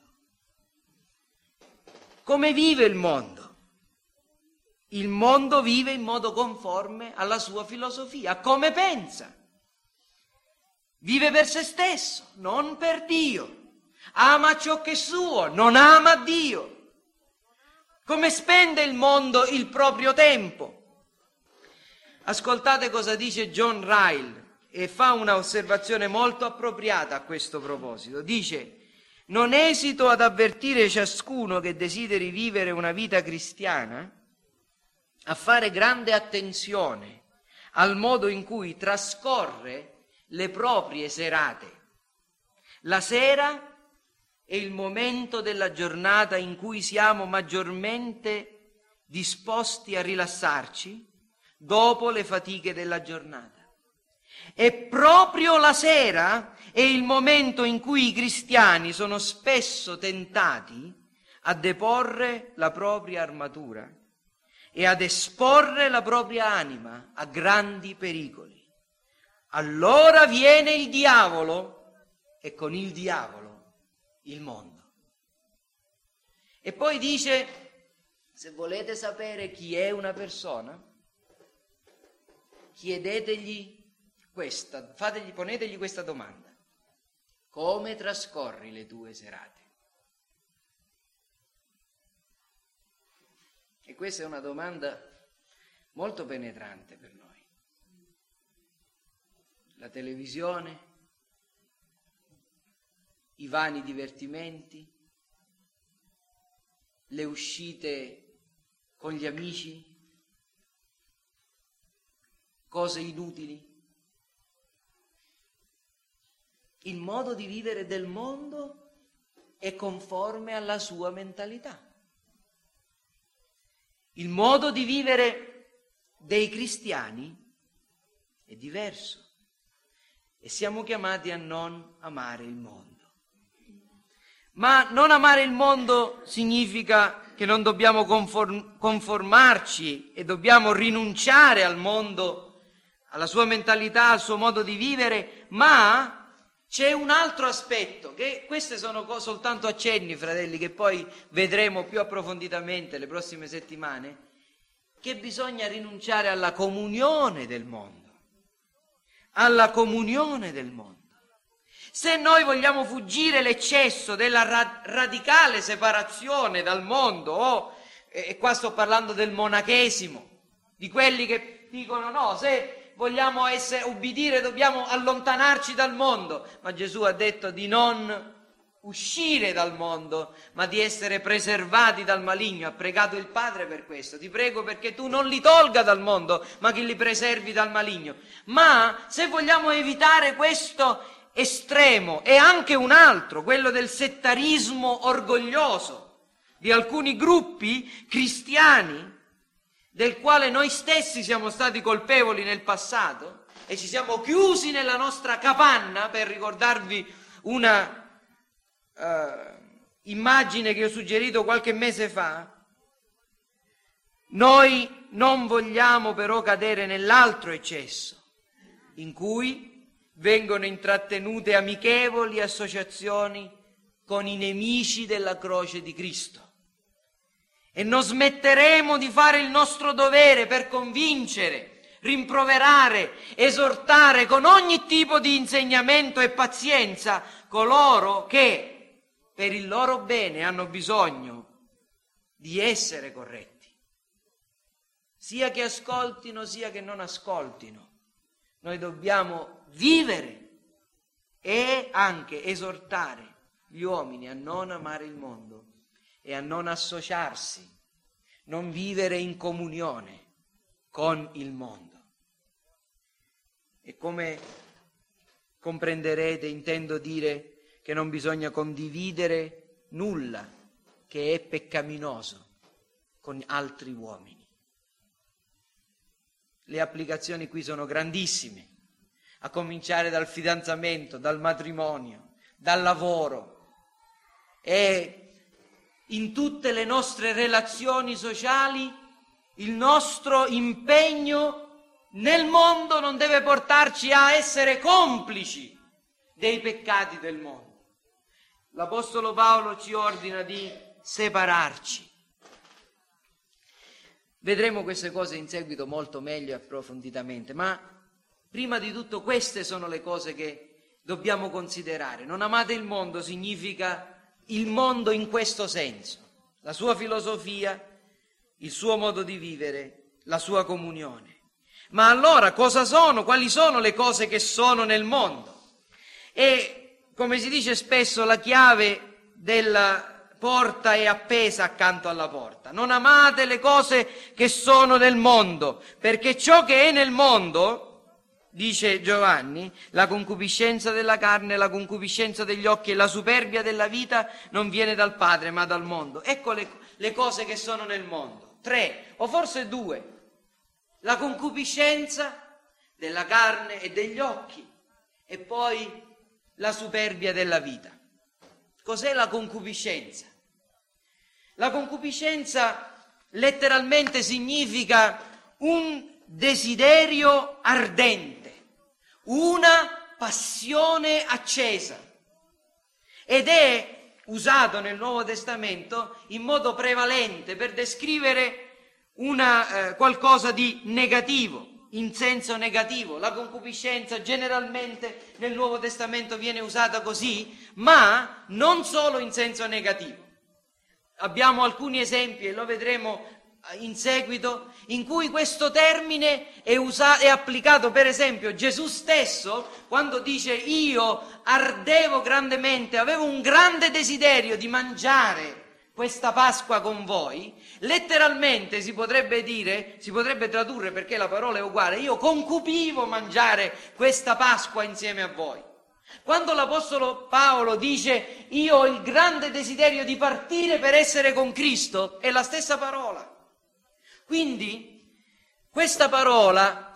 Come vive il mondo? Il mondo vive in modo conforme alla sua filosofia, come pensa. Vive per se stesso, non per Dio. Ama ciò che è suo, non ama Dio. Come spende il mondo il proprio tempo? Ascoltate cosa dice John Ryle e fa una osservazione molto appropriata a questo proposito. Dice: non esito ad avvertire ciascuno che desideri vivere una vita cristiana a fare grande attenzione al modo in cui trascorre le proprie serate. La sera è il momento della giornata in cui siamo maggiormente disposti a rilassarci dopo le fatiche della giornata. E proprio la sera è il momento in cui i cristiani sono spesso tentati a deporre la propria armatura e ad esporre la propria anima a grandi pericoli. Allora viene il diavolo e con il diavolo il mondo. E poi dice: se volete sapere chi è una persona, chiedetegli questa, fategli, ponetegli questa domanda: come trascorri le tue serate? E questa è una domanda molto penetrante per noi. La televisione, i vani divertimenti, le uscite con gli amici, cose inutili. Il modo di vivere del mondo è conforme alla sua mentalità. Il modo di vivere dei cristiani è diverso. E siamo chiamati a non amare il mondo. Ma non amare il mondo significa che non dobbiamo conform- conformarci e dobbiamo rinunciare al mondo, alla sua mentalità, al suo modo di vivere, ma c'è un altro aspetto, che queste sono co- soltanto accenni, fratelli, che poi vedremo più approfonditamente le prossime settimane, che bisogna rinunciare alla comunione del mondo, alla comunione del mondo. Se noi vogliamo fuggire l'eccesso della ra- radicale separazione dal mondo, oh, e qua sto parlando del monachesimo, di quelli che dicono no, se vogliamo essere, ubbidire dobbiamo allontanarci dal mondo, ma Gesù ha detto di non uscire dal mondo, ma di essere preservati dal maligno. Ha pregato il Padre per questo: ti prego perché tu non li tolga dal mondo, ma che li preservi dal maligno. Ma se vogliamo evitare questo estremo e anche un altro, quello del settarismo orgoglioso di alcuni gruppi cristiani, del quale noi stessi siamo stati colpevoli nel passato e ci siamo chiusi nella nostra capanna, per ricordarvi una uh, immagine che ho suggerito qualche mese fa, noi non vogliamo però cadere nell'altro eccesso, in cui vengono intrattenute amichevoli associazioni con i nemici della croce di Cristo. E non smetteremo di fare il nostro dovere per convincere, rimproverare, esortare con ogni tipo di insegnamento e pazienza coloro che per il loro bene hanno bisogno di essere corretti, sia che ascoltino sia che non ascoltino. Noi dobbiamo vivere e anche esortare gli uomini a non amare il mondo e a non associarsi, non vivere in comunione con il mondo. E come comprenderete, intendo dire che non bisogna condividere nulla che è peccaminoso con altri uomini. Le applicazioni qui sono grandissime, a cominciare dal fidanzamento, dal matrimonio, dal lavoro, e in tutte le nostre relazioni sociali il nostro impegno nel mondo non deve portarci a essere complici dei peccati del mondo. L'Apostolo Paolo ci ordina di separarci. Vedremo queste cose in seguito molto meglio e approfonditamente, ma prima di tutto queste sono le cose che dobbiamo considerare. Non amate il mondo significa il mondo in questo senso, la sua filosofia, il suo modo di vivere, la sua comunione. Ma allora cosa sono? Quali sono le cose che sono nel mondo? E come si dice spesso, la chiave della porta è appesa accanto alla porta. Non amate le cose che sono nel mondo, perché ciò che è nel mondo, dice Giovanni, la concupiscenza della carne, la concupiscenza degli occhi e la superbia della vita non viene dal Padre ma dal mondo. Ecco le, le cose che sono nel mondo. Tre, o forse due. La concupiscenza della carne e degli occhi e poi la superbia della vita. Cos'è la concupiscenza? La concupiscenza letteralmente significa un desiderio ardente, una passione accesa, ed è usato nel Nuovo Testamento in modo prevalente per descrivere una, eh, qualcosa di negativo, in senso negativo. La concupiscenza generalmente nel Nuovo Testamento viene usata così, ma non solo in senso negativo. Abbiamo alcuni esempi, e lo vedremo in seguito, in cui questo termine è, usato, è applicato. Per esempio Gesù stesso, quando dice io ardevo grandemente, avevo un grande desiderio di mangiare questa Pasqua con voi, letteralmente si potrebbe dire, si potrebbe tradurre, perché la parola è uguale, io concupivo mangiare questa Pasqua insieme a voi. Quando l'Apostolo Paolo dice io ho il grande desiderio di partire per essere con Cristo, è la stessa parola. Quindi questa parola,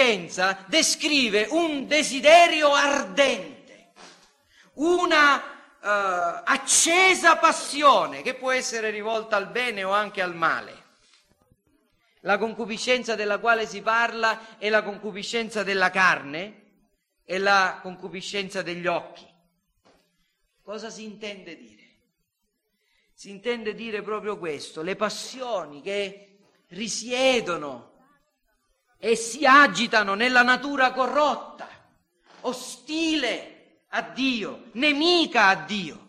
concupiscenza, descrive un desiderio ardente, una uh, accesa passione che può essere rivolta al bene o anche al male. La concupiscenza della quale si parla è la concupiscenza della carne e la concupiscenza degli occhi. Cosa si intende dire? Si intende dire proprio questo, le passioni che risiedono e si agitano nella natura corrotta, ostile a Dio, nemica a Dio.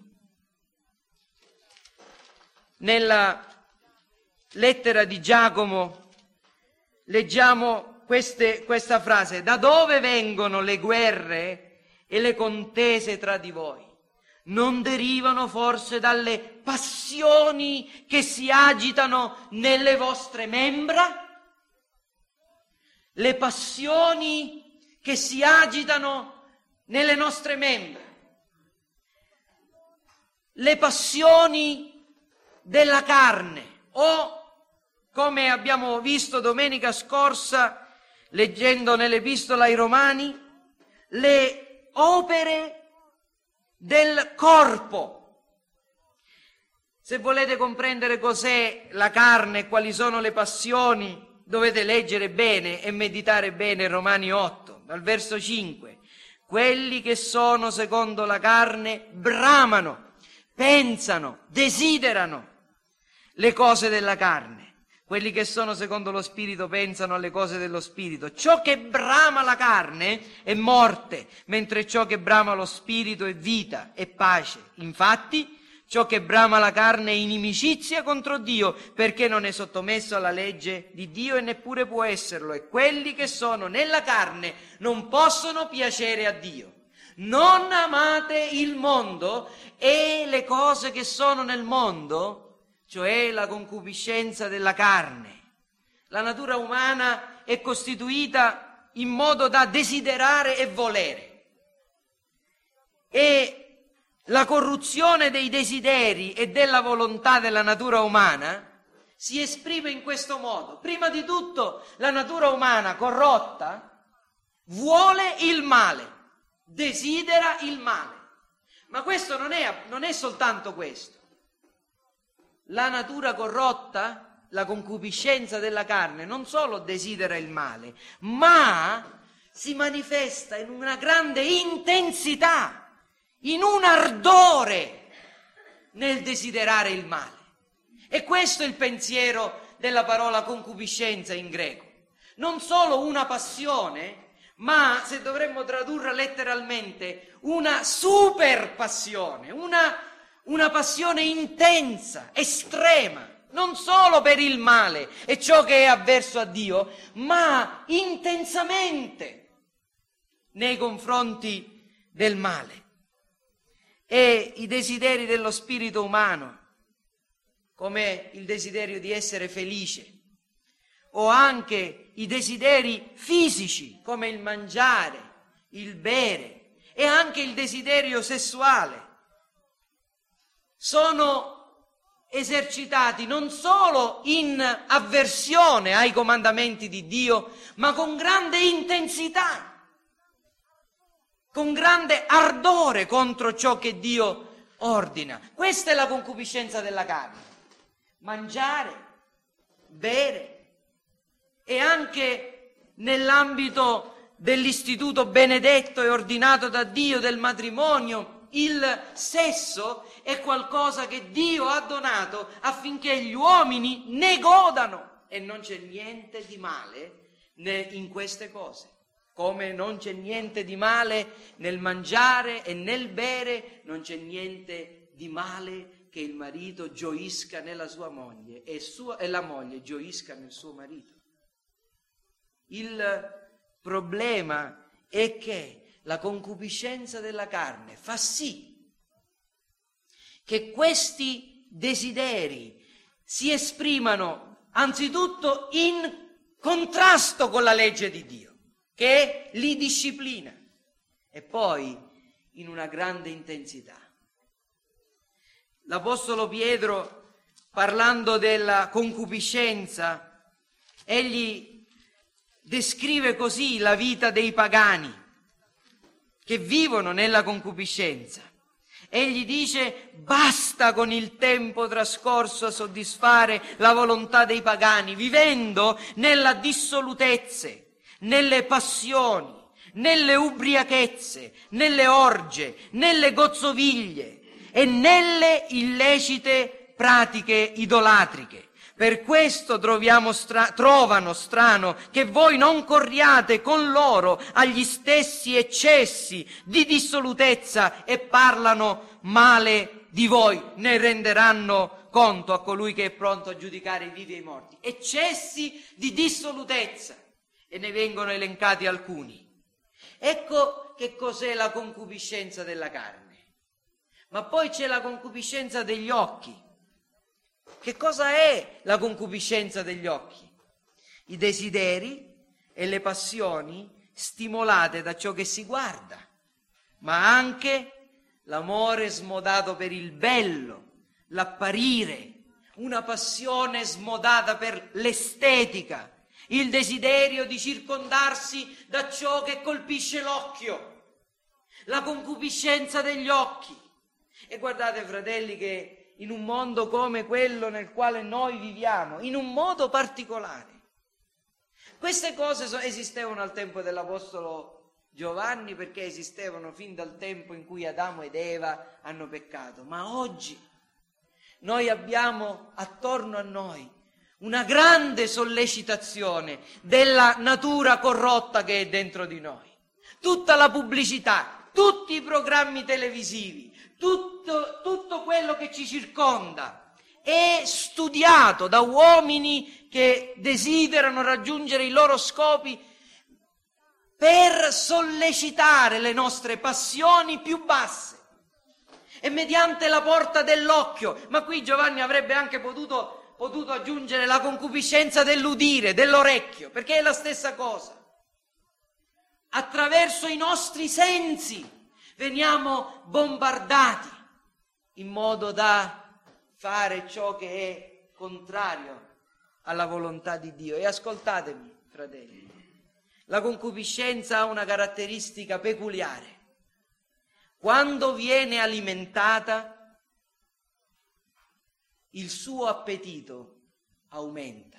Nella lettera di Giacomo leggiamo queste, questa frase: da dove vengono le guerre e le contese tra di voi? Non derivano forse dalle passioni che si agitano nelle vostre membra? Le passioni che si agitano nelle nostre membra, le passioni della carne, o come abbiamo visto domenica scorsa leggendo nell'Epistola ai Romani, le opere del corpo. Se volete comprendere cos'è la carne e quali sono le passioni, dovete leggere bene e meditare bene Romani otto, dal verso cinque. Quelli che sono secondo la carne bramano, pensano, desiderano le cose della carne. Quelli che sono secondo lo spirito pensano alle cose dello spirito. Ciò che brama la carne è morte, mentre ciò che brama lo spirito è vita e pace. Infatti, ciò che brama la carne è inimicizia contro Dio, perché non è sottomesso alla legge di Dio e neppure può esserlo. E quelli che sono nella carne non possono piacere a Dio. Non amate il mondo e le cose che sono nel mondo, cioè la concupiscenza della carne. La natura umana è costituita in modo da desiderare e volere. E la corruzione dei desideri e della volontà della natura umana si esprime in questo modo. Prima di tutto, la natura umana corrotta vuole il male, desidera il male. Ma questo non è, non è soltanto questo. La natura corrotta, la concupiscenza della carne, non solo desidera il male, ma si manifesta in una grande intensità, in un ardore nel desiderare il male. E questo è il pensiero della parola concupiscenza in greco. Non solo una passione, ma, se dovremmo tradurre letteralmente, una super passione, una, una passione intensa, estrema, non solo per il male e ciò che è avverso a Dio, ma intensamente nei confronti del male. E i desideri dello spirito umano, come il desiderio di essere felice, o anche i desideri fisici, come il mangiare, il bere, e anche il desiderio sessuale, sono esercitati non solo in avversione ai comandamenti di Dio, ma con grande intensità, con grande ardore contro ciò che Dio ordina. Questa è la concupiscenza della carne. Mangiare, bere, e anche nell'ambito dell'istituto benedetto e ordinato da Dio del matrimonio, il sesso è qualcosa che Dio ha donato affinché gli uomini ne godano, e non c'è niente di male in queste cose. Come non c'è niente di male nel mangiare e nel bere, non c'è niente di male che il marito gioisca nella sua moglie e, sua, e la moglie gioisca nel suo marito. Il problema è che la concupiscenza della carne fa sì che questi desideri si esprimano anzitutto in contrasto con la legge di Dio, che li disciplina, e poi in una grande intensità. L'Apostolo Pietro, parlando della concupiscenza, egli descrive così la vita dei pagani che vivono nella concupiscenza. Egli dice: basta con il tempo trascorso a soddisfare la volontà dei pagani, vivendo nella dissolutezze, nelle passioni, nelle ubriachezze, nelle orge, nelle gozzoviglie e nelle illecite pratiche idolatriche. Per questo troviamo stra- trovano strano che voi non corriate con loro agli stessi eccessi di dissolutezza e parlano male di voi. Ne renderanno conto a colui che è pronto a giudicare i vivi e i morti. Eccessi di dissolutezza, e ne vengono elencati alcuni. Ecco che cos'è la concupiscenza della carne. Ma poi c'è la concupiscenza degli occhi. Che cosa è la concupiscenza degli occhi? I desideri e le passioni stimolate da ciò che si guarda, ma anche l'amore smodato per il bello, l'apparire, una passione smodata per l'estetica, il desiderio di circondarsi da ciò che colpisce l'occhio, la concupiscenza degli occhi. E guardate, fratelli, che in un mondo come quello nel quale noi viviamo, in un modo particolare, queste cose so- esistevano al tempo dell'Apostolo Giovanni, perché esistevano fin dal tempo in cui Adamo ed Eva hanno peccato, ma oggi noi abbiamo attorno a noi una grande sollecitazione della natura corrotta che è dentro di noi. Tutta la pubblicità, tutti i programmi televisivi, tutto, tutto quello che ci circonda è studiato da uomini che desiderano raggiungere i loro scopi per sollecitare le nostre passioni più basse. E mediante la porta dell'occhio, ma qui Giovanni avrebbe anche potuto, potuto aggiungere la concupiscenza dell'udire, dell'orecchio, perché è la stessa cosa. Attraverso i nostri sensi veniamo bombardati in modo da fare ciò che è contrario alla volontà di Dio. E ascoltatemi, fratelli, la concupiscenza ha una caratteristica peculiare. Quando viene alimentata, il suo appetito aumenta.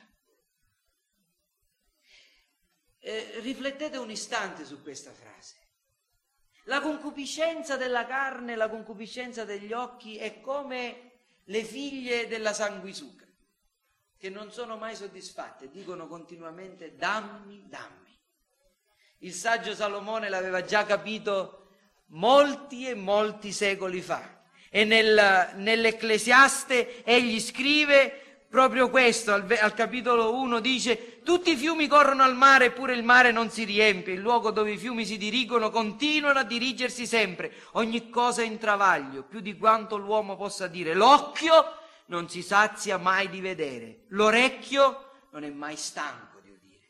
Eh, riflettete un istante su questa frase. La concupiscenza della carne, la concupiscenza degli occhi è come le figlie della sanguisuga, che non sono mai soddisfatte, dicono continuamente dammi, dammi. Il saggio Salomone l'aveva già capito molti e molti secoli fa, e nel, nell'Ecclesiaste egli scrive proprio questo, al, al capitolo uno dice: tutti i fiumi corrono al mare, eppure il mare non si riempie, il luogo dove i fiumi si dirigono continuano a dirigersi sempre, ogni cosa è in travaglio, più di quanto l'uomo possa dire. L'occhio non si sazia mai di vedere, l'orecchio non è mai stanco di udire.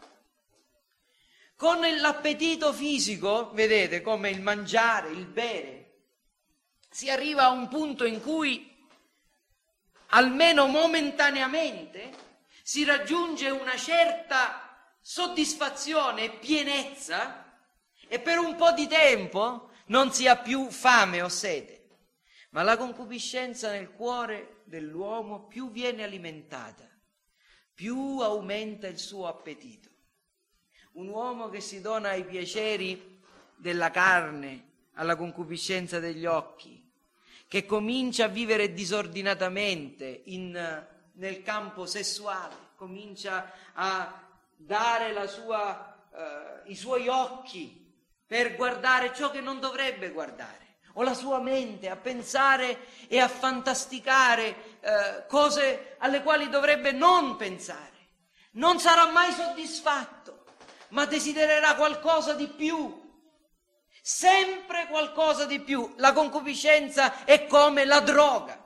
Con l'appetito fisico, vedete, come il mangiare, il bere, si arriva a un punto in cui almeno momentaneamente si raggiunge una certa soddisfazione e pienezza e per un po' di tempo non si ha più fame o sete. Ma la concupiscenza nel cuore dell'uomo più viene alimentata, più aumenta il suo appetito. Un uomo che si dona ai piaceri della carne, alla concupiscenza degli occhi, che comincia a vivere disordinatamente in, nel campo sessuale, comincia a dare la sua, eh, i suoi occhi per guardare ciò che non dovrebbe guardare, o la sua mente a pensare e a fantasticare eh, cose alle quali dovrebbe non pensare. Non sarà mai soddisfatto, ma desidererà qualcosa di più. Sempre qualcosa di più. La concupiscenza è come la droga.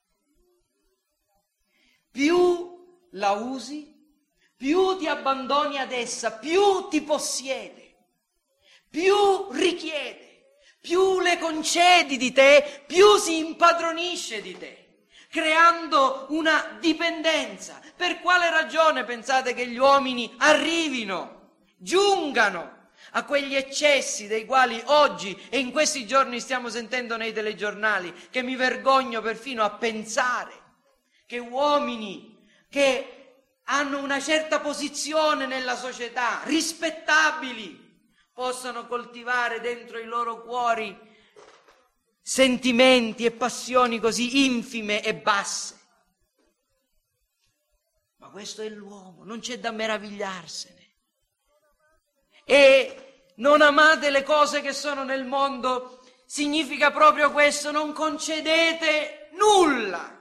Più la usi, più ti abbandoni ad essa, più ti possiede, più richiede, più le concedi di te, più si impadronisce di te, creando una dipendenza. Per quale ragione pensate che gli uomini arrivino, giungano a quegli eccessi dei quali oggi e in questi giorni stiamo sentendo nei telegiornali, che mi vergogno perfino a pensare che uomini che hanno una certa posizione nella società, rispettabili, possano coltivare dentro i loro cuori sentimenti e passioni così infime e basse. Ma questo è l'uomo, non c'è da meravigliarsene. E non amate le cose che sono nel mondo significa proprio questo: non concedete nulla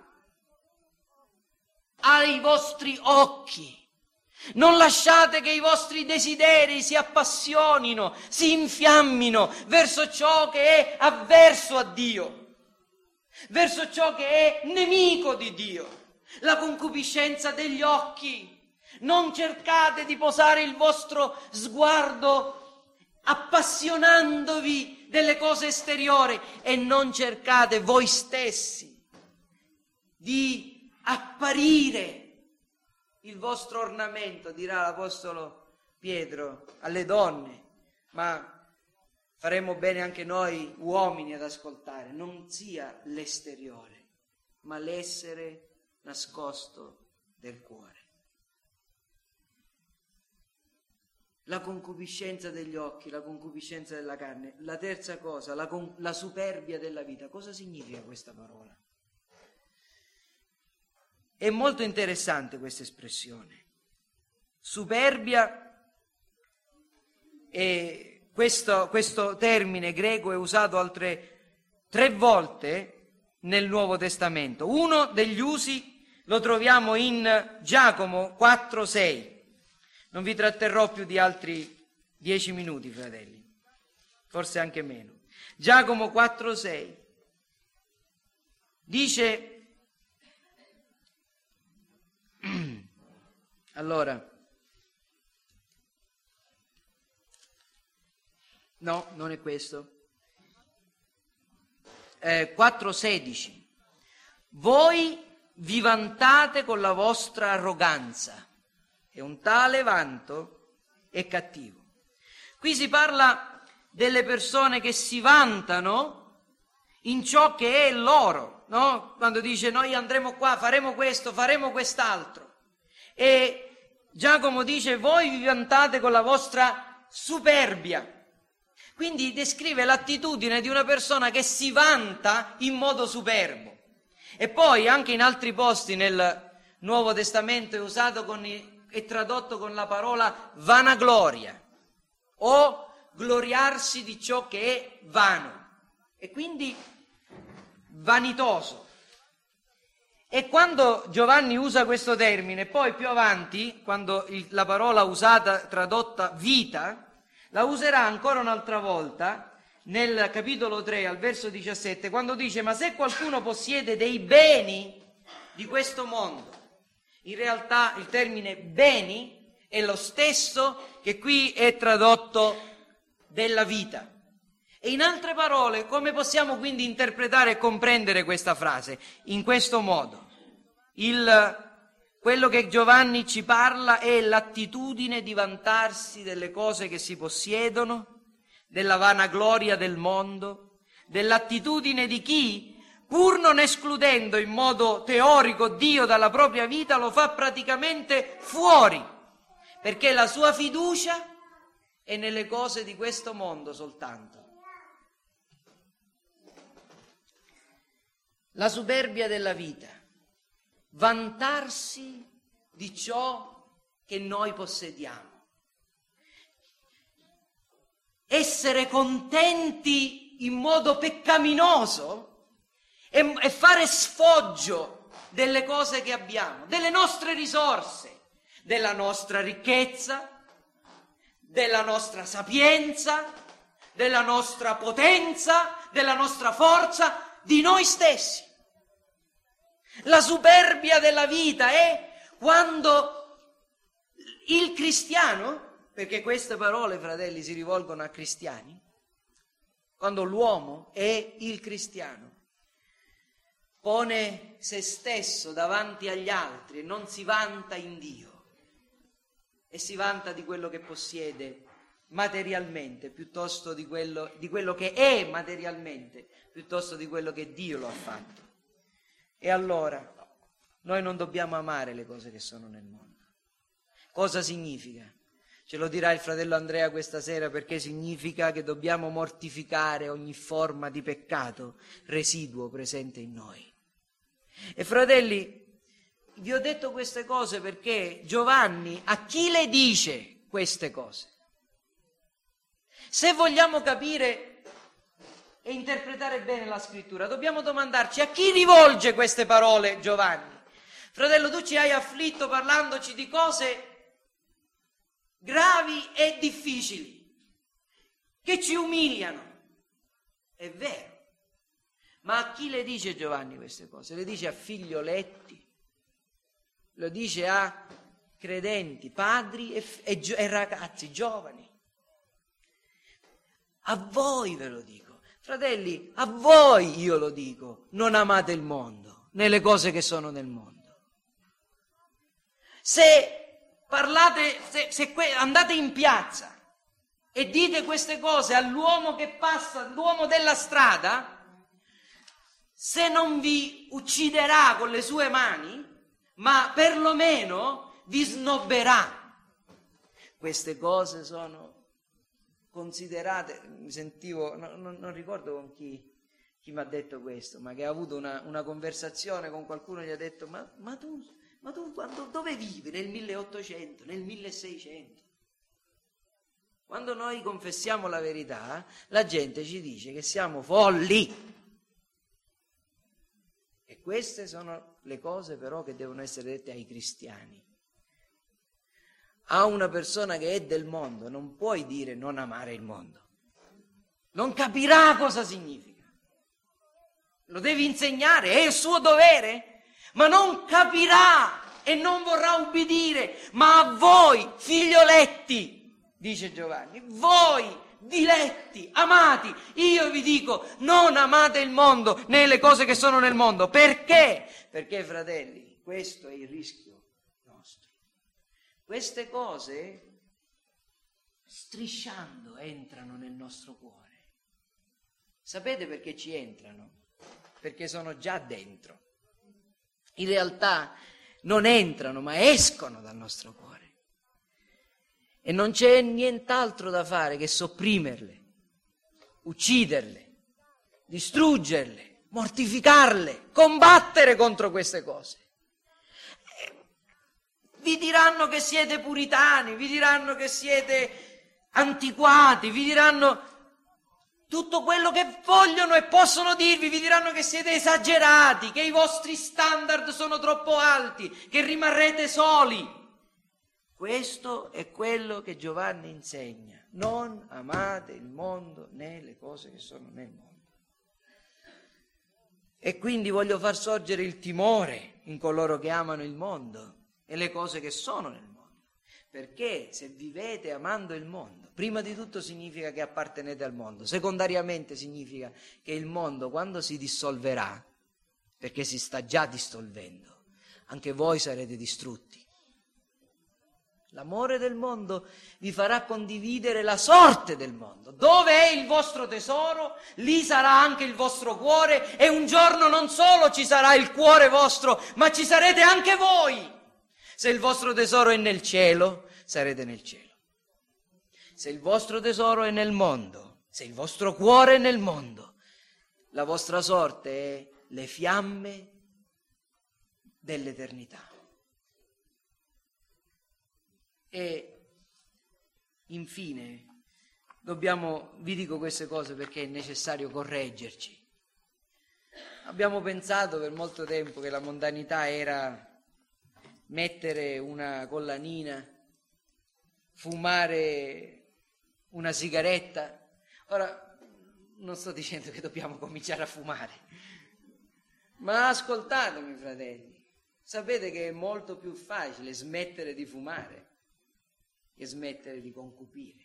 ai vostri occhi, non lasciate che i vostri desideri si appassionino, si infiammino verso ciò che è avverso a Dio, verso ciò che è nemico di Dio, la concupiscenza degli occhi. Non cercate di posare il vostro sguardo appassionandovi delle cose esteriori e non cercate voi stessi di apparire il vostro ornamento, dirà l'Apostolo Pietro alle donne, ma faremo bene anche noi uomini ad ascoltare: non sia l'esteriore, ma l'essere nascosto del cuore. La concupiscenza degli occhi, la concupiscenza della carne. La terza cosa, la, con, la superbia della vita. Cosa significa questa parola? È molto interessante questa espressione. Superbia, e questo, questo termine greco è usato altre tre volte nel Nuovo Testamento. Uno degli usi lo troviamo in Giacomo quattro sei. Non vi tratterrò più di altri dieci minuti, fratelli, forse anche meno. Giacomo quattro sei dice, allora, no, non è questo, eh, quattro sedici, voi vi vantate con la vostra arroganza, e un tale vanto è cattivo. Qui si parla delle persone che si vantano in ciò che è loro, no? Quando dice noi andremo qua, faremo questo, faremo quest'altro. E Giacomo dice voi vi vantate con la vostra superbia. Quindi descrive l'attitudine di una persona che si vanta in modo superbo. E poi anche in altri posti nel Nuovo Testamento è usato con i è tradotto con la parola vanagloria o gloriarsi di ciò che è vano e quindi vanitoso. E quando Giovanni usa questo termine, poi più avanti, quando il, la parola usata, tradotta vita, la userà ancora un'altra volta nel capitolo tre al verso diciassette, quando dice ma se qualcuno possiede dei beni di questo mondo. In realtà il termine beni è lo stesso che qui è tradotto della vita. E in altre parole, come possiamo quindi interpretare e comprendere questa frase? In questo modo. Il, quello che Giovanni ci parla è l'attitudine di vantarsi delle cose che si possiedono, della vanagloria del mondo, dell'attitudine di chi, pur non escludendo in modo teorico Dio dalla propria vita, lo fa praticamente fuori, perché la sua fiducia è nelle cose di questo mondo soltanto. La superbia della vita, vantarsi di ciò che noi possediamo, essere contenti in modo peccaminoso e, e fare sfoggio delle cose che abbiamo, delle nostre risorse, della nostra ricchezza, della nostra sapienza, della nostra potenza, della nostra forza, di noi stessi. La superbia della vita è quando il cristiano, perché queste parole, fratelli, si rivolgono a cristiani, quando l'uomo è il cristiano, pone se stesso davanti agli altri e non si vanta in Dio, e si vanta di quello che possiede materialmente piuttosto di quello, di quello che è materialmente piuttosto di quello che Dio lo ha fatto. E allora noi non dobbiamo amare le cose che sono nel mondo. Cosa significa? Ce lo dirà il fratello Andrea questa sera, perché significa che dobbiamo mortificare ogni forma di peccato residuo presente in noi. E fratelli, vi ho detto queste cose perché Giovanni a chi le dice queste cose? Se vogliamo capire e interpretare bene la scrittura, dobbiamo domandarci a chi rivolge queste parole Giovanni. Fratello, tu ci hai afflitto parlandoci di cose gravi e difficili, che ci umiliano. È vero. Ma a chi le dice Giovanni queste cose? Le dice a figlioletti, lo dice a credenti, padri e, e, e ragazzi giovani. A voi ve lo dico. Fratelli, a voi io lo dico, non amate il mondo, né le cose che sono nel mondo. Se parlate, se, se que, andate in piazza e dite queste cose all'uomo che passa, l'uomo della strada, se non vi ucciderà con le sue mani, ma perlomeno vi snobberà. Queste cose sono considerate, mi sentivo, no, no, non ricordo con chi, chi mi ha detto questo, ma che ha avuto una, una conversazione con qualcuno e gli ha detto, ma, ma tu... Ma tu quando, dove vivi? Nel milleottocento, nel milleseicento? Quando noi confessiamo la verità, la gente ci dice che siamo folli. E queste sono le cose però che devono essere dette ai cristiani. A una persona che è del mondo non puoi dire non amare il mondo. Non capirà cosa significa. Lo devi insegnare, è il suo dovere. Ma non capirà e non vorrà ubbidire, ma a voi, figlioletti, dice Giovanni, voi, diletti, amati, io vi dico, non amate il mondo né le cose che sono nel mondo. Perché? Perché, fratelli, questo è il rischio nostro. Queste cose, strisciando, entrano nel nostro cuore. Sapete perché ci entrano? Perché sono già dentro. In realtà non entrano, ma escono dal nostro cuore. E non c'è nient'altro da fare che sopprimerle, ucciderle, distruggerle, mortificarle, combattere contro queste cose. Vi diranno che siete puritani, vi diranno che siete antiquati, vi diranno tutto quello che vogliono e possono dirvi, vi diranno che siete esagerati, che i vostri standard sono troppo alti, che rimarrete soli. Questo è quello che Giovanni insegna. Non amate il mondo né le cose che sono nel mondo. E quindi voglio far sorgere il timore in coloro che amano il mondo e le cose che sono nel mondo. Perché se vivete amando il mondo, prima di tutto significa che appartenete al mondo, secondariamente significa che il mondo quando si dissolverà, perché si sta già dissolvendo, anche voi sarete distrutti. L'amore del mondo vi farà condividere la sorte del mondo. Dove è il vostro tesoro, lì sarà anche il vostro cuore e un giorno non solo ci sarà il cuore vostro, ma ci sarete anche voi. Se il vostro tesoro è nel cielo, sarete nel cielo. Se il vostro tesoro è nel mondo, se il vostro cuore è nel mondo, la vostra sorte è le fiamme dell'eternità. E infine, dobbiamo, vi dico queste cose perché è necessario correggerci. Abbiamo pensato per molto tempo che la mondanità era mettere una collanina, fumare una sigaretta. Ora, non sto dicendo che dobbiamo cominciare a fumare, ma ascoltatemi, fratelli, sapete che è molto più facile smettere di fumare che smettere di concupire.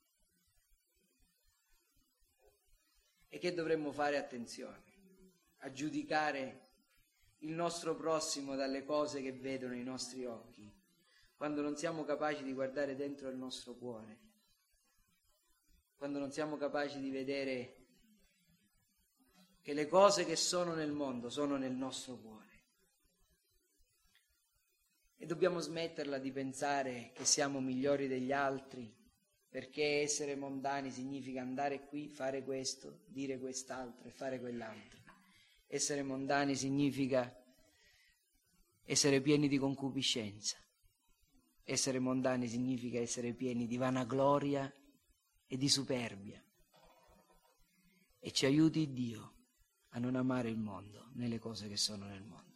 E che dovremmo fare attenzione a giudicare il nostro prossimo dalle cose che vedono i nostri occhi, quando non siamo capaci di guardare dentro il nostro cuore quando non siamo capaci di vedere che le cose che sono nel mondo sono nel nostro cuore. E dobbiamo smetterla di pensare che siamo migliori degli altri, perché essere mondani significa andare qui, fare questo, dire quest'altro e fare quell'altro. Essere mondani significa essere pieni di concupiscenza. Essere mondani significa essere pieni di vanagloria e di superbia. E ci aiuti Dio a non amare il mondo né le cose che sono nel mondo.